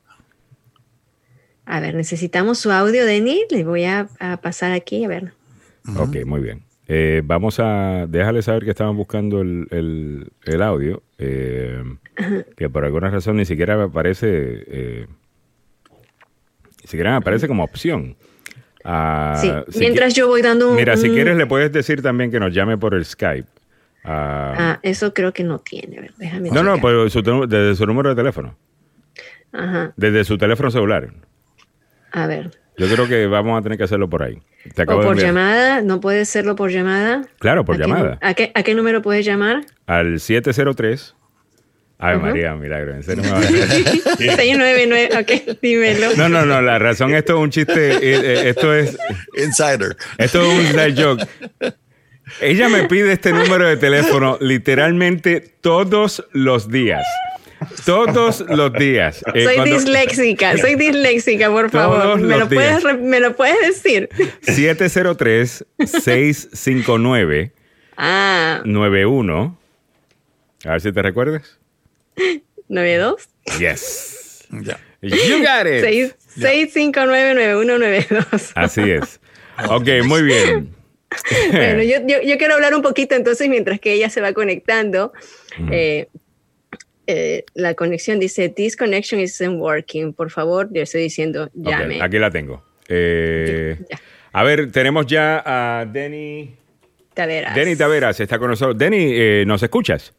A ver, necesitamos su audio, Deni. Le voy a, a pasar aquí, a ver. Uh-huh. Ok, muy bien. Eh, vamos a... Déjale saber que estaban buscando el, el, el audio. Eh, uh-huh. Que por alguna razón ni siquiera me aparece... Eh, ni siquiera me aparece como opción. Uh, sí, si mientras que, yo voy dando un... Mira, si quieres le puedes decir también que nos llame por el Skype. Uh, ah, eso creo que no tiene. A ver, déjame no, checar. no, pero su, desde su número de teléfono. Ajá. Desde su teléfono celular. A ver. Yo creo que vamos a tener que hacerlo por ahí. Te acabo o por de llamada, ¿no puede serlo por llamada? Claro, por ¿A llamada. Qué, ¿a, qué, ¿A qué número puedes llamar? Al siete cero tres. Ay, uh-huh. María, milagro, en serio me va a seis nueve nueve, ok, dímelo. No, no, no, la razón, esto es un chiste, esto es... Insider. Esto es un inside joke. Ella me pide este número de teléfono literalmente todos los días. Todos los días. Eh, soy cuando... disléxica, soy disléxica, por favor. ¿Me lo, puedes, ¿Me lo puedes decir? siete cero tres, seis cinco nueve, ah. nueve uno. A ver si te recuerdas. ¿nueve dos? Yes. Yeah. You got it. seis cinco nueve, nueve uno nueve dos. Así es. Ok, muy bien. Bueno, yo, yo, yo quiero hablar un poquito entonces mientras que ella se va conectando. Mm. Eh, eh, la conexión dice, this connection isn't working. Por favor, le estoy diciendo, llame. Okay, aquí la tengo. Eh, a ver, tenemos ya a Deni Taveras. Deni Taveras está con nosotros. Deni, eh, ¿nos escuchas?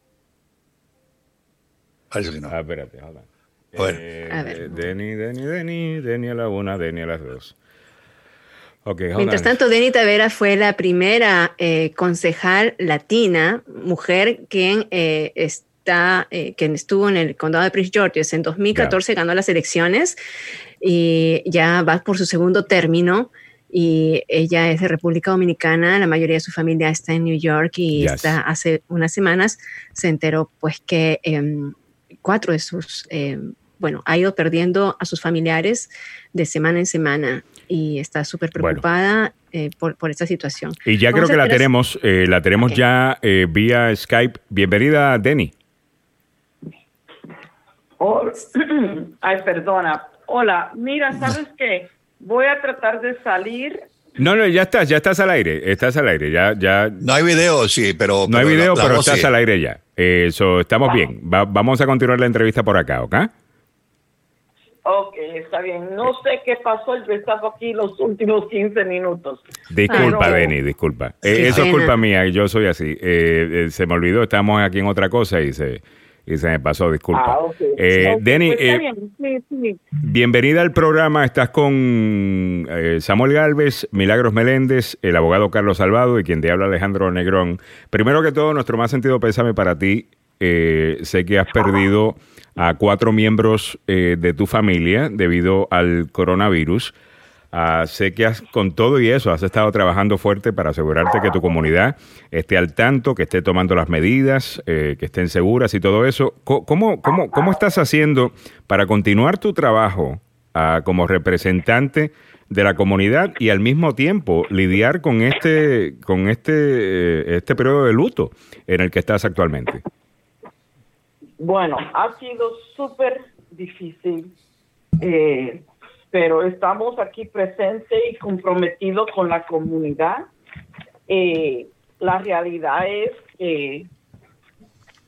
Parece que no. Ah, espérate, hold on. Bueno. Eh, a ver. Deni, Deni, Deni, Deni a la una, Deni a las dos. Okay, mientras on. tanto, Deni Taveras fue la primera eh, concejal latina, mujer, quien eh, está, eh, quien estuvo en el condado de Prince George's. En dos mil catorce yeah. ganó las elecciones y ya va por su segundo término. Y ella es de República Dominicana, la mayoría de su familia está en New York y yes. está, hace unas semanas se enteró pues que eh, cuatro de sus, eh, bueno, ha ido perdiendo a sus familiares de semana en semana y está súper preocupada bueno. eh, por, por esta situación. Y ya Vamos creo que la tenemos, eh, la tenemos okay. ya eh, vía Skype. Bienvenida, Deni. Oh, ay, perdona. Hola, mira, ¿sabes qué? Voy a tratar de salir. No, no, ya estás, ya estás al aire, estás al aire, ya, ya. No hay video, sí, pero. No pero hay video, la, pero la estás sí. al aire ya. Eso, estamos wow. bien. Va, vamos a continuar la entrevista por acá, ¿ok? Ok, está bien. No sé qué pasó, yo estaba aquí los últimos quince minutos. Disculpa, ah, no. Deni, disculpa. Eh, eso es culpa mía, yo soy así. Eh, eh, se me olvidó, estamos aquí en otra cosa y se... Y se me pasó, disculpa. Ah, okay. eh, okay, Deni, pues eh, sí, sí. bienvenida al programa. Estás con eh, Samuel Gálvez, Milagros Meléndez, el abogado Carlos Salvado y quien te habla Alejandro Negrón. Primero que todo, nuestro más sentido pésame para ti. Eh, sé que has perdido a cuatro miembros eh, de tu familia debido al coronavirus. Uh, sé que has, con todo y eso has estado trabajando fuerte para asegurarte que tu comunidad esté al tanto, que esté tomando las medidas, eh, que estén seguras y todo eso. ¿Cómo, cómo, cómo estás haciendo para continuar tu trabajo uh, como representante de la comunidad y al mismo tiempo lidiar con este, con este, eh, este periodo de luto en el que estás actualmente? Bueno, ha sido súper difícil. Eh, pero estamos aquí presentes y comprometidos con la comunidad. Eh, la realidad es que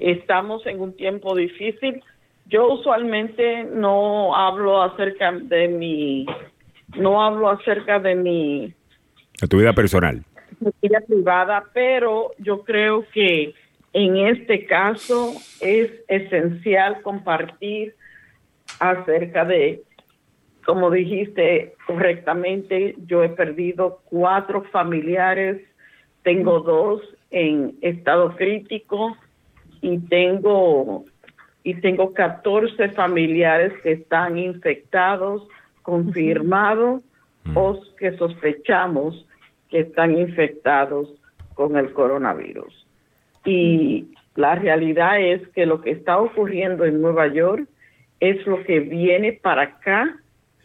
estamos en un tiempo difícil. Yo usualmente no hablo acerca de mi, no hablo acerca de mi... De tu vida personal. Mi vida privada, pero yo creo que en este caso es esencial compartir acerca de, como dijiste correctamente, yo he perdido cuatro familiares, tengo dos en estado crítico y tengo y tengo catorce familiares que están infectados, confirmados, uh-huh. o que sospechamos que están infectados con el coronavirus. Y la realidad es que lo que está ocurriendo en Nueva York es lo que viene para acá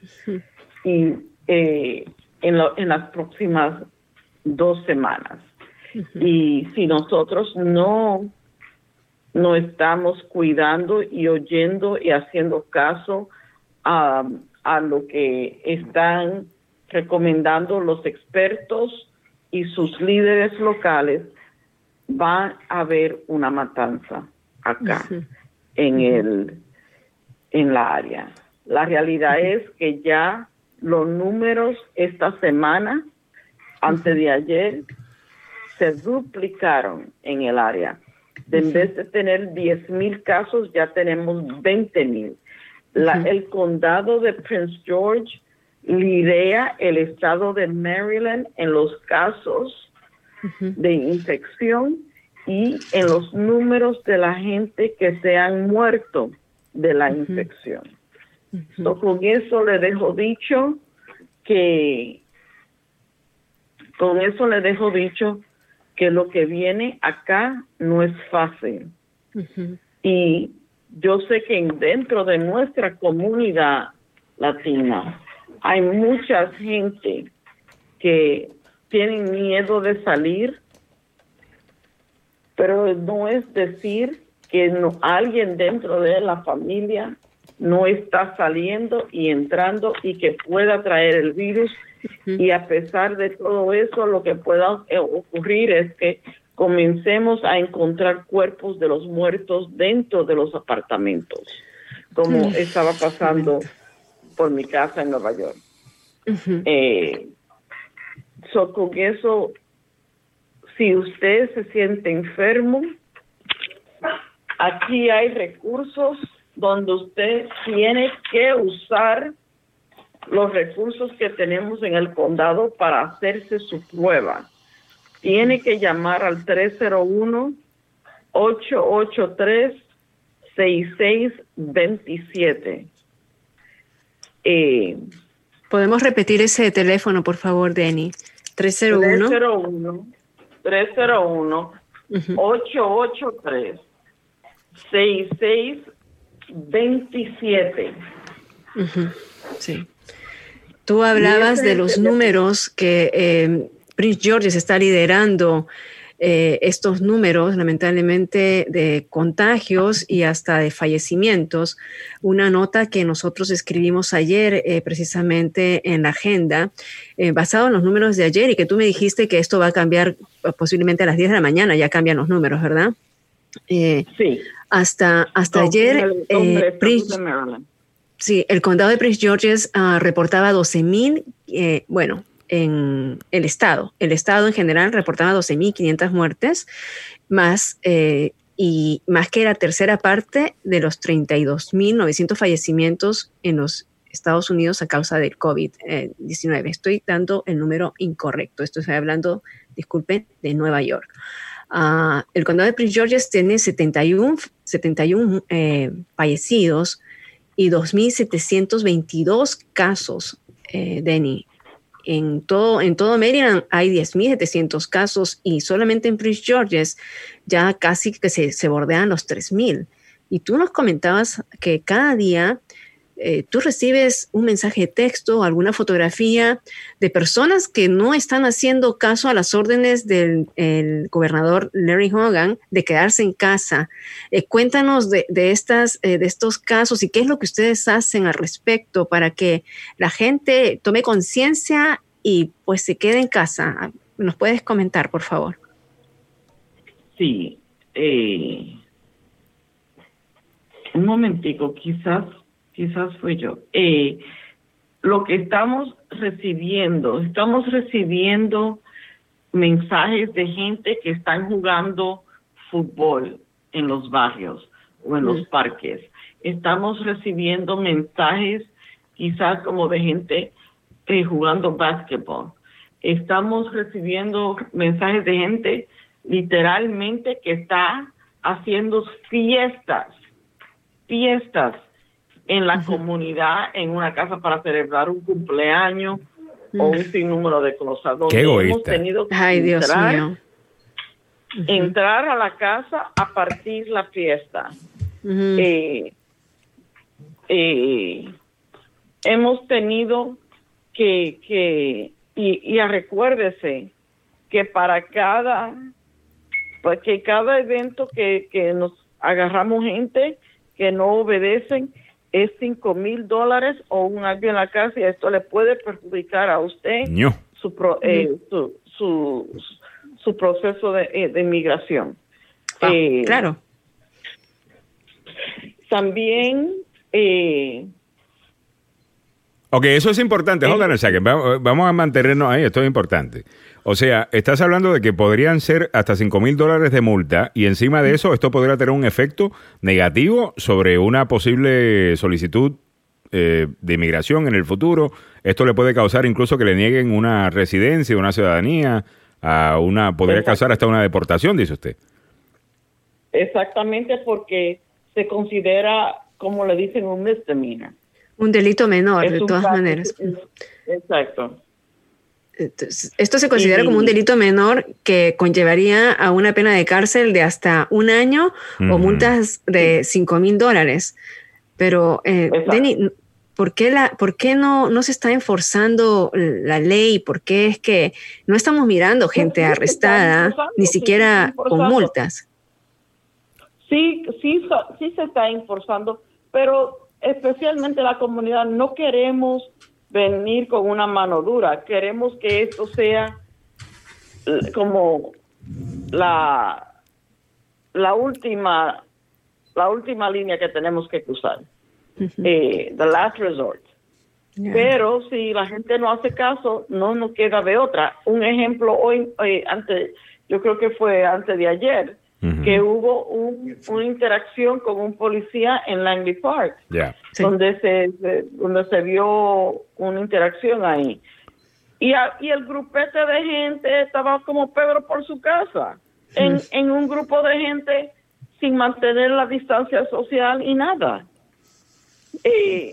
y eh, en, lo, en las próximas dos semanas. Uh-huh. Y si nosotros no, no estamos cuidando y oyendo y haciendo caso a, a lo que están recomendando los expertos y sus líderes locales, va a haber una matanza acá uh-huh. en uh-huh. el en la área. La realidad uh-huh. es que ya los números esta semana, antes de ayer, se duplicaron en el área. De, en vez de tener diez mil casos, ya tenemos veinte mil. Uh-huh. El condado de Prince George lidera el estado de Maryland en los casos uh-huh. de infección y en los números de la gente que se han muerto de la uh-huh. infección. Uh-huh. So, con eso le dejo dicho que con eso le dejo dicho que lo que viene acá no es fácil. Uh-huh. Y yo sé que dentro de nuestra comunidad latina hay mucha gente que tienen miedo de salir, pero no es decir que no, alguien dentro de la familia no está saliendo y entrando y que pueda traer el virus. Uh-huh. Y a pesar de todo eso, lo que pueda ocurrir es que comencemos a encontrar cuerpos de los muertos dentro de los apartamentos, como uh-huh. estaba pasando por mi casa en Nueva York. Uh-huh. Eh, so, con eso, si usted se siente enfermo, aquí hay recursos donde usted tiene que usar los recursos que tenemos en el condado para hacerse su prueba. Tiene que llamar al tres cero uno, ocho ocho tres, seis seis dos siete. Eh, ¿Podemos repetir ese teléfono, por favor, Denny? tres cero uno, tres cero uno, ocho ocho tres, seis seis dos siete. Uh-huh. Sí. Tú hablabas de los números que eh, Prince George's está liderando, eh, estos números, lamentablemente, de contagios y hasta de fallecimientos. Una nota que nosotros escribimos ayer, eh, precisamente en la agenda, eh, basado en los números de ayer, y que tú me dijiste que esto va a cambiar posiblemente a las diez de la mañana, ya cambian los números, ¿verdad? Eh, sí. Hasta, hasta Con ayer, el, eh, Prince, sí, el condado de Prince George's uh, reportaba doce mil, eh, bueno, en el estado. El estado en general reportaba doce mil quinientas muertes, más, eh, y más que la tercera parte de los treinta y dos mil novecientos fallecimientos en los Estados Unidos a causa del covid diecinueve. Estoy dando el número incorrecto. Estoy hablando, disculpen, de Nueva York. Uh, el condado de Prince George's tiene setenta y uno, setenta y uno eh, fallecidos y dos mil setecientos veintidós casos, eh, Denny. En todo, en todo Maryland hay diez mil setecientos casos y solamente en Prince George's ya casi que se, se bordean los tres mil. Y tú nos comentabas que cada día eh, tú recibes un mensaje de texto o alguna fotografía de personas que no están haciendo caso a las órdenes del el gobernador Larry Hogan de quedarse en casa. Eh, cuéntanos de, de, estas, eh, de estos casos y qué es lo que ustedes hacen al respecto para que la gente tome conciencia y pues se quede en casa. ¿Nos puedes comentar, por favor? Sí. Eh, un momentico, quizás, quizás fui yo. Eh, lo que estamos recibiendo, estamos recibiendo mensajes de gente que están jugando fútbol en los barrios o en los parques. Estamos recibiendo mensajes quizás como de gente eh, jugando básquetbol. Estamos recibiendo mensajes de gente literalmente que está haciendo fiestas, fiestas en la uh-huh. comunidad, en una casa para celebrar un cumpleaños uh-huh. o un sinnúmero de cosas. Qué egoísta. Hemos tenido que Ay, Dios entrar, mío. Uh-huh. entrar a la casa a partir la fiesta. Uh-huh. Eh, eh, hemos tenido que, que y, y recuérdese que para cada, pues que cada evento que, que nos agarramos gente que no obedecen es cinco mil dólares o un año en la casa y esto le puede perjudicar a usted no. su, pro, eh, su, su, su proceso de, eh, de inmigración. Ah, eh, claro. También... Eh, ok, eso es importante. Hold on a second. Vamos a mantenernos ahí, esto es importante. O sea, estás hablando de que podrían ser hasta cinco mil dólares de multa y encima de eso esto podría tener un efecto negativo sobre una posible solicitud eh, de inmigración en el futuro. Esto le puede causar incluso que le nieguen una residencia, una ciudadanía, a una podría causar hasta una deportación, dice usted. Exactamente, porque se considera, como le dicen, un misdemeanor. Un delito menor, es de todas caso, maneras. Exacto. Entonces, esto se considera y, como un delito menor que conllevaría a una pena de cárcel de hasta un año uh-huh. o multas de cinco mil dólares. Pero, eh, Denny, ¿por qué, la, por qué no, no se está enforzando la ley? ¿Por qué es que no estamos mirando gente arrestada, ni siquiera sí, con multas? Sí, sí, sí se está enforzando, pero especialmente la comunidad no queremos venir con una mano dura. Queremos que esto sea como la la última la última línea que tenemos que cruzar, uh-huh. eh, the last resort. Yeah. Pero si la gente no hace caso, no nos queda de otra. Un ejemplo hoy, eh, antes, yo creo que fue antes de ayer, uh-huh. que hubo un, una interacción con un policía en Langley Park, yeah. sí. donde se, se donde se vio una interacción ahí. Y, a, y el grupete de gente estaba como Pedro por su casa, en, uh-huh. en un grupo de gente sin mantener la distancia social y nada. Eh,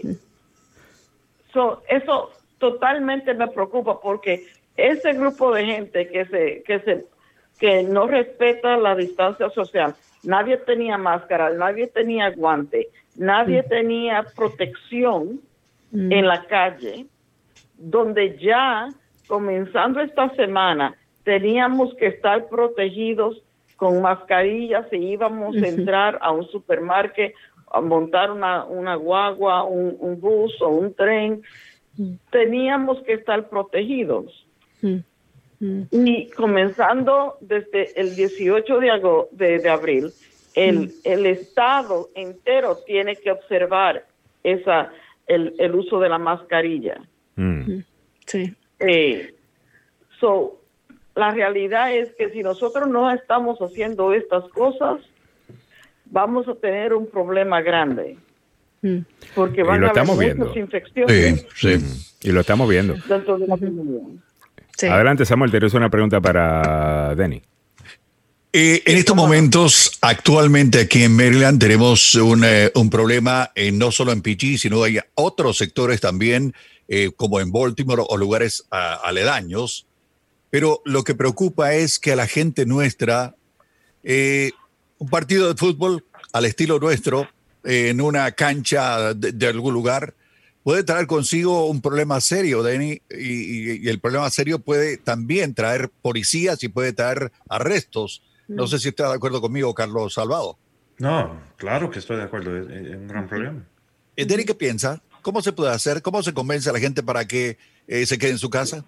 so, eso totalmente me preocupa porque ese grupo de gente que se que se que no respeta la distancia social, nadie tenía máscara, nadie tenía guante, nadie mm. tenía protección mm. en la calle, donde ya comenzando esta semana teníamos que estar protegidos con mascarillas si íbamos uh-huh. a entrar a un supermercado, a montar una, una guagua, un, un bus o un tren, uh-huh. teníamos que estar protegidos. Uh-huh. Y comenzando desde el dieciocho de, agosto, de, de abril, el, uh-huh. el Estado entero tiene que observar esa el, el uso de la mascarilla. Uh-huh. Sí. Eh, so, la realidad es que si nosotros no estamos haciendo estas cosas, vamos a tener un problema grande. Mm. Porque van a haber muchas infecciones. Sí, sí. Y lo estamos viendo. Dentro de la comunidad. Sí. Adelante, Samuel, te una pregunta para Denny. Eh, en estos momentos, actualmente aquí en Maryland, tenemos un, eh, un problema eh, no solo en P G, sino hay otros sectores también, eh, como en Baltimore o lugares uh, aledaños. Pero lo que preocupa es que a la gente nuestra, eh, un partido de fútbol al estilo nuestro, eh, en una cancha de, de algún lugar, puede traer consigo un problema serio, Denny, y, y, y el problema serio puede también traer policías y puede traer arrestos. No sé si está de acuerdo conmigo, Carlos Salvado. No, claro que estoy de acuerdo, es, es un gran problema. Eh, Denny, ¿qué piensa? ¿Cómo se puede hacer? ¿Cómo se convence a la gente para que eh, se quede en su casa?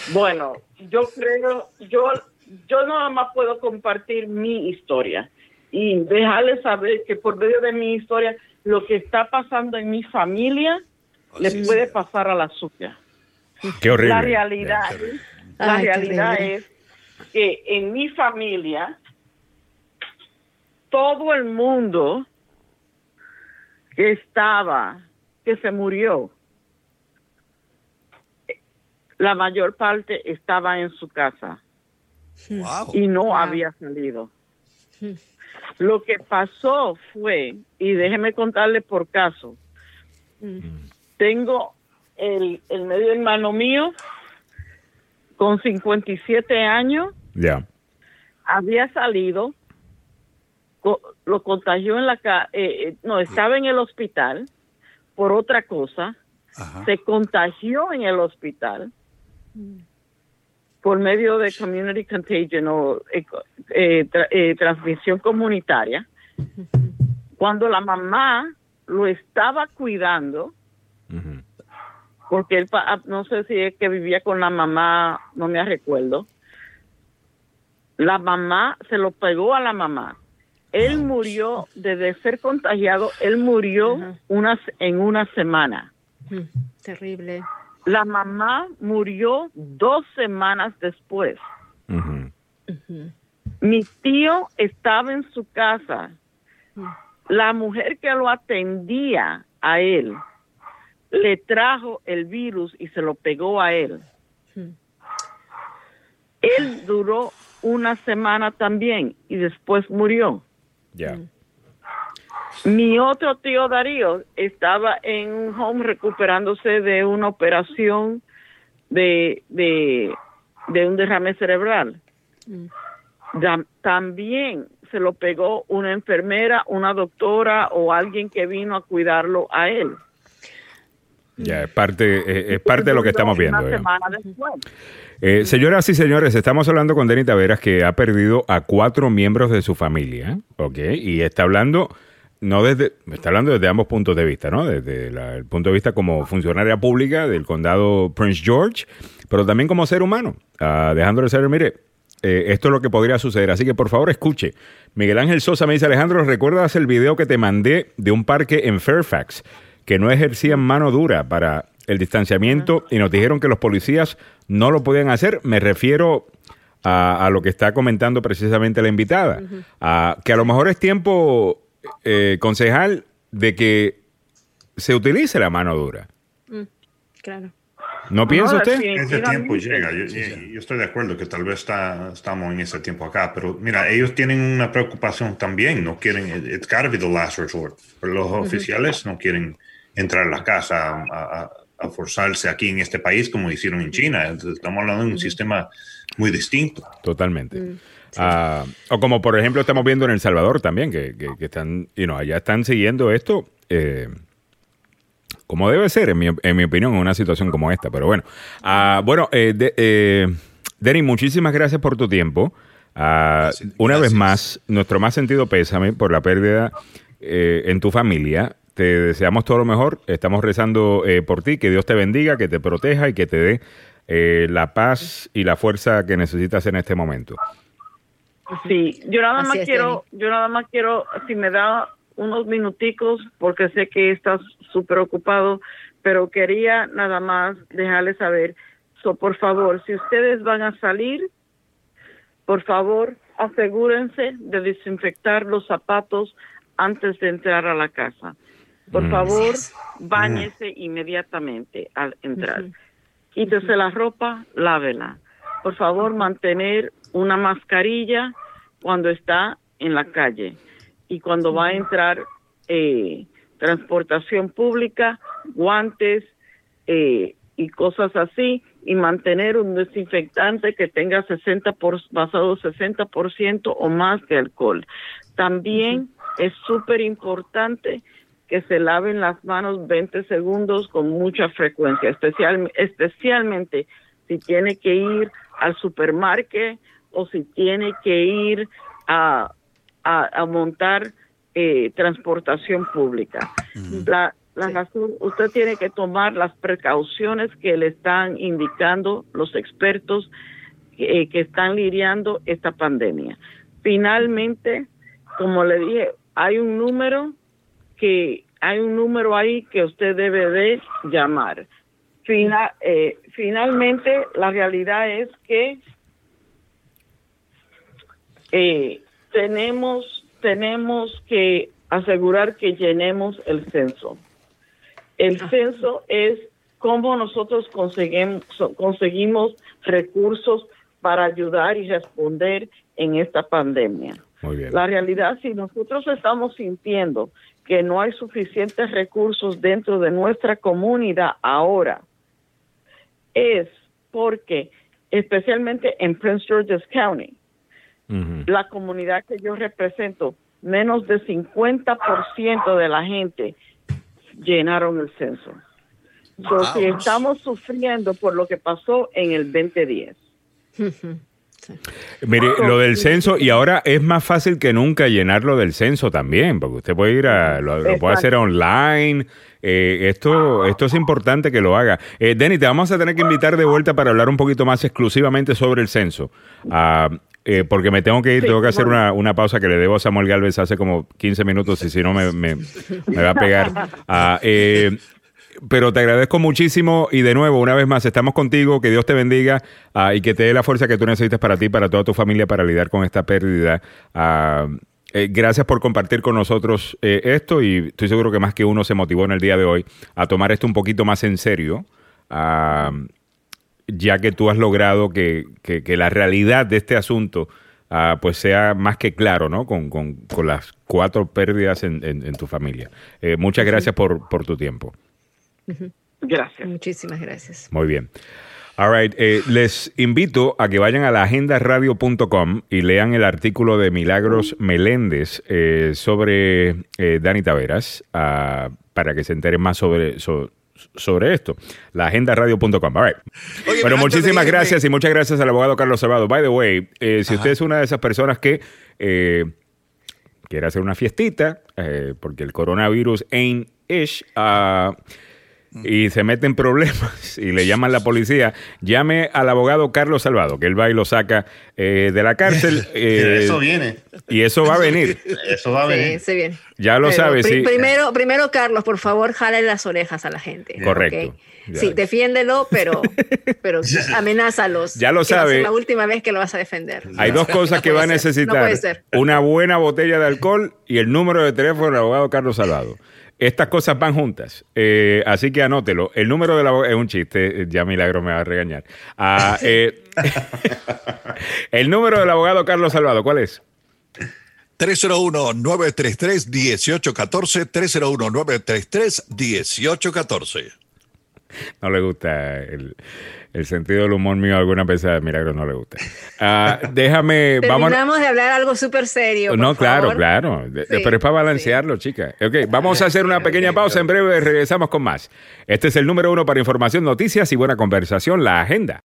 Bueno, yo creo, yo, yo nada más puedo compartir mi historia. y dejarles saber que por medio de mi historia, lo que está pasando en mi familia oh, le sí, puede sí. pasar a la suya. Qué horrible. La realidad, yeah. la Ay, realidad es que en mi familia, todo el mundo que estaba, que se murió, la mayor parte estaba en su casa. Wow. Y no wow. había salido. Lo que pasó fue, y déjeme contarle por caso, mm. tengo el, el medio hermano mío con cincuenta y siete años, yeah. había salido, co- lo contagió en la casa, eh, no, estaba en el hospital por otra cosa, Ajá. se contagió en el hospital mm. por medio de community contagion o eh, eh, tra- eh, transmisión comunitaria, cuando la mamá lo estaba cuidando, uh-huh. porque él, no sé si es que vivía con la mamá, no me recuerdo, la mamá se lo pegó a la mamá. Él murió, desde ser contagiado, él murió uh-huh. unas, en una semana. Uh-huh. Terrible. La mamá murió dos semanas después. Uh-huh. Uh-huh. Mi tío estaba en su casa. Uh-huh. La mujer que lo atendía a él le trajo el virus y se lo pegó a él. Uh-huh. Él duró una semana también y después murió. Ya. Yeah. Uh-huh. Mi otro tío Darío estaba en un home recuperándose de una operación de, de, de un derrame cerebral. Mm. Da, también se lo pegó una enfermera, una doctora o alguien que vino a cuidarlo a él. Ya, es parte, es, es parte de lo que estamos viendo. Una semana después. Eh, señoras y señores, estamos hablando con Denny Taveras, que ha perdido a cuatro miembros de su familia, ¿ok? Y está hablando... No desde, está hablando desde ambos puntos de vista, ¿no? Desde la, el punto de vista como funcionaria pública del condado Prince George, pero también como ser humano, uh, dejándole saber, mire, eh, esto es lo que podría suceder. Así que por favor escuche. Miguel Ángel Sosa me dice, Alejandro, ¿recuerdas el video que te mandé de un parque en Fairfax que no ejercían mano dura para el distanciamiento uh-huh. y nos dijeron que los policías no lo podían hacer? Me refiero a, a lo que está comentando precisamente la invitada, uh-huh. a, que a lo mejor es tiempo... Eh, concejal, de que se utilice la mano dura. Mm, claro. ¿No piensa no, usted? Ese tiempo llega. Yo, yo estoy de acuerdo que tal vez está, estamos en ese tiempo acá, pero mira, ellos tienen una preocupación también. No quieren, it's got to be the last resort. Pero los uh-huh. oficiales no quieren entrar a la casa a, a, a forzarse aquí en este país como hicieron en China. Estamos hablando de un uh-huh. sistema muy distinto. Totalmente. Uh-huh. Sí. Uh, o como por ejemplo estamos viendo en El Salvador también, que, que, que están, you know, allá están siguiendo esto eh, como debe ser, en mi, en mi opinión, en una situación como esta. Pero bueno, uh, bueno, eh, de, eh, Denny, muchísimas gracias por tu tiempo. Uh, gracias. Una gracias. vez más, nuestro más sentido pésame por la pérdida eh, en tu familia. Te deseamos todo lo mejor. Estamos rezando eh, por ti, que Dios te bendiga, que te proteja y que te dé eh, la paz y la fuerza que necesitas en este momento. Sí, yo nada Así más es, quiero, Denny. yo nada más quiero, si me da unos minuticos, porque sé que estás súper ocupado, pero quería nada más dejarles saber, so, por favor, si ustedes van a salir, por favor, asegúrense de desinfectar los zapatos antes de entrar a la casa. Por mm. favor, báñese mm. inmediatamente al entrar. Uh-huh. Quítese uh-huh. la ropa, lávela. Por favor, mantener una mascarilla cuando está en la calle y cuando va a entrar eh, transportación pública, guantes eh, y cosas así, y mantener un desinfectante que tenga sesenta por, basado sesenta por ciento o más de alcohol. También uh-huh. es súper importante que se laven las manos veinte segundos con mucha frecuencia, especial, especialmente si tiene que ir al supermercado o si tiene que ir a, a, a montar eh, transportación pública. Uh-huh. La, la, sí. Usted tiene que tomar las precauciones que le están indicando los expertos eh, que están lidiando esta pandemia. Finalmente, como le dije, hay un número que hay un número ahí que usted debe de llamar. Final, eh, finalmente, la realidad es que eh, tenemos tenemos que asegurar que llenemos el censo. El censo es cómo nosotros conseguimos, conseguimos recursos para ayudar y responder en esta pandemia. Muy bien. La realidad, si nosotros estamos sintiendo que no hay suficientes recursos dentro de nuestra comunidad ahora, es porque, especialmente en Prince George's County, uh-huh. la comunidad que yo represento, menos de cincuenta por ciento de la gente llenaron el censo. Wow. So, si estamos sufriendo por lo que pasó en el veinte diez. Uh-huh. Sí. Mire, lo del censo, y ahora es más fácil que nunca llenarlo del censo también, porque usted puede ir a, lo, lo puede hacer online. Eh, esto, esto es importante que lo haga. Eh, Denny, te vamos a tener que invitar de vuelta para hablar un poquito más exclusivamente sobre el censo. Uh, eh, porque me tengo que ir, sí, tengo que hacer bueno. una, una pausa que le debo a Samuel Galvez hace como quince minutos y si no me, me, me va a pegar. Uh, eh, Pero te agradezco muchísimo y de nuevo, una vez más, estamos contigo, que Dios te bendiga uh, y que te dé la fuerza que tú necesitas para ti, para toda tu familia, para lidiar con esta pérdida. Uh, eh, gracias por compartir con nosotros eh, esto y estoy seguro que más que uno se motivó en el día de hoy a tomar esto un poquito más en serio, uh, ya que tú has logrado que, que, que la realidad de este asunto uh, pues sea más que claro, ¿no? Con, con, con las cuatro pérdidas en, en, en tu familia. Eh, muchas gracias por, por tu tiempo. Gracias. Muchísimas gracias. Muy bien. All right. Eh, les invito a que vayan a la agenda radio punto com y lean el artículo de Milagros Meléndez eh, sobre eh, Dani Taveras uh, para que se enteren más sobre, so, sobre esto. la agenda radio punto com. All right. Oye, bueno, muchísimas gracias y muchas gracias al abogado Carlos Salvado. By the way, eh, si Ajá. usted es una de esas personas que eh, quiere hacer una fiestita eh, porque el coronavirus ain't ish, uh, y se mete en problemas y le llaman a la policía, llame al abogado Carlos Salvado, que él va y lo saca eh, de la cárcel. Eh, eso viene. Y eso va a venir. Eso va a venir. Sí, se viene. Ya lo sabes, pri- sí. Primero, primero, Carlos, por favor, jale las orejas a la gente. Correcto. ¿Okay? Sí, defiéndelo, pero, pero amenázalos. Ya lo sabe. Va a ser la última vez que lo vas a defender. Hay dos cosas que no va a necesitar. No puede ser. Una buena botella de alcohol y el número de teléfono del abogado Carlos Salvado. Estas cosas van juntas, eh, así que anótelo. El número del abogado es un chiste, ya Milagro me va a regañar. Ah, eh, el número del abogado Carlos Salvado, ¿cuál es? tres cero uno, nueve tres tres, uno ocho uno cuatro, tres cero uno, nueve tres tres, uno ocho uno cuatro. No le gusta el, el sentido del humor mío, alguna vez a Milagro no le gusta. Uh, déjame... Terminamos vamos, de hablar algo súper serio, No, por claro, favor. claro. Sí, pero es para balancearlo, sí. chica. Okay, vamos a hacer una pequeña pausa. En breve regresamos con más. Este es el número uno para información, noticias y buena conversación, La Agenda.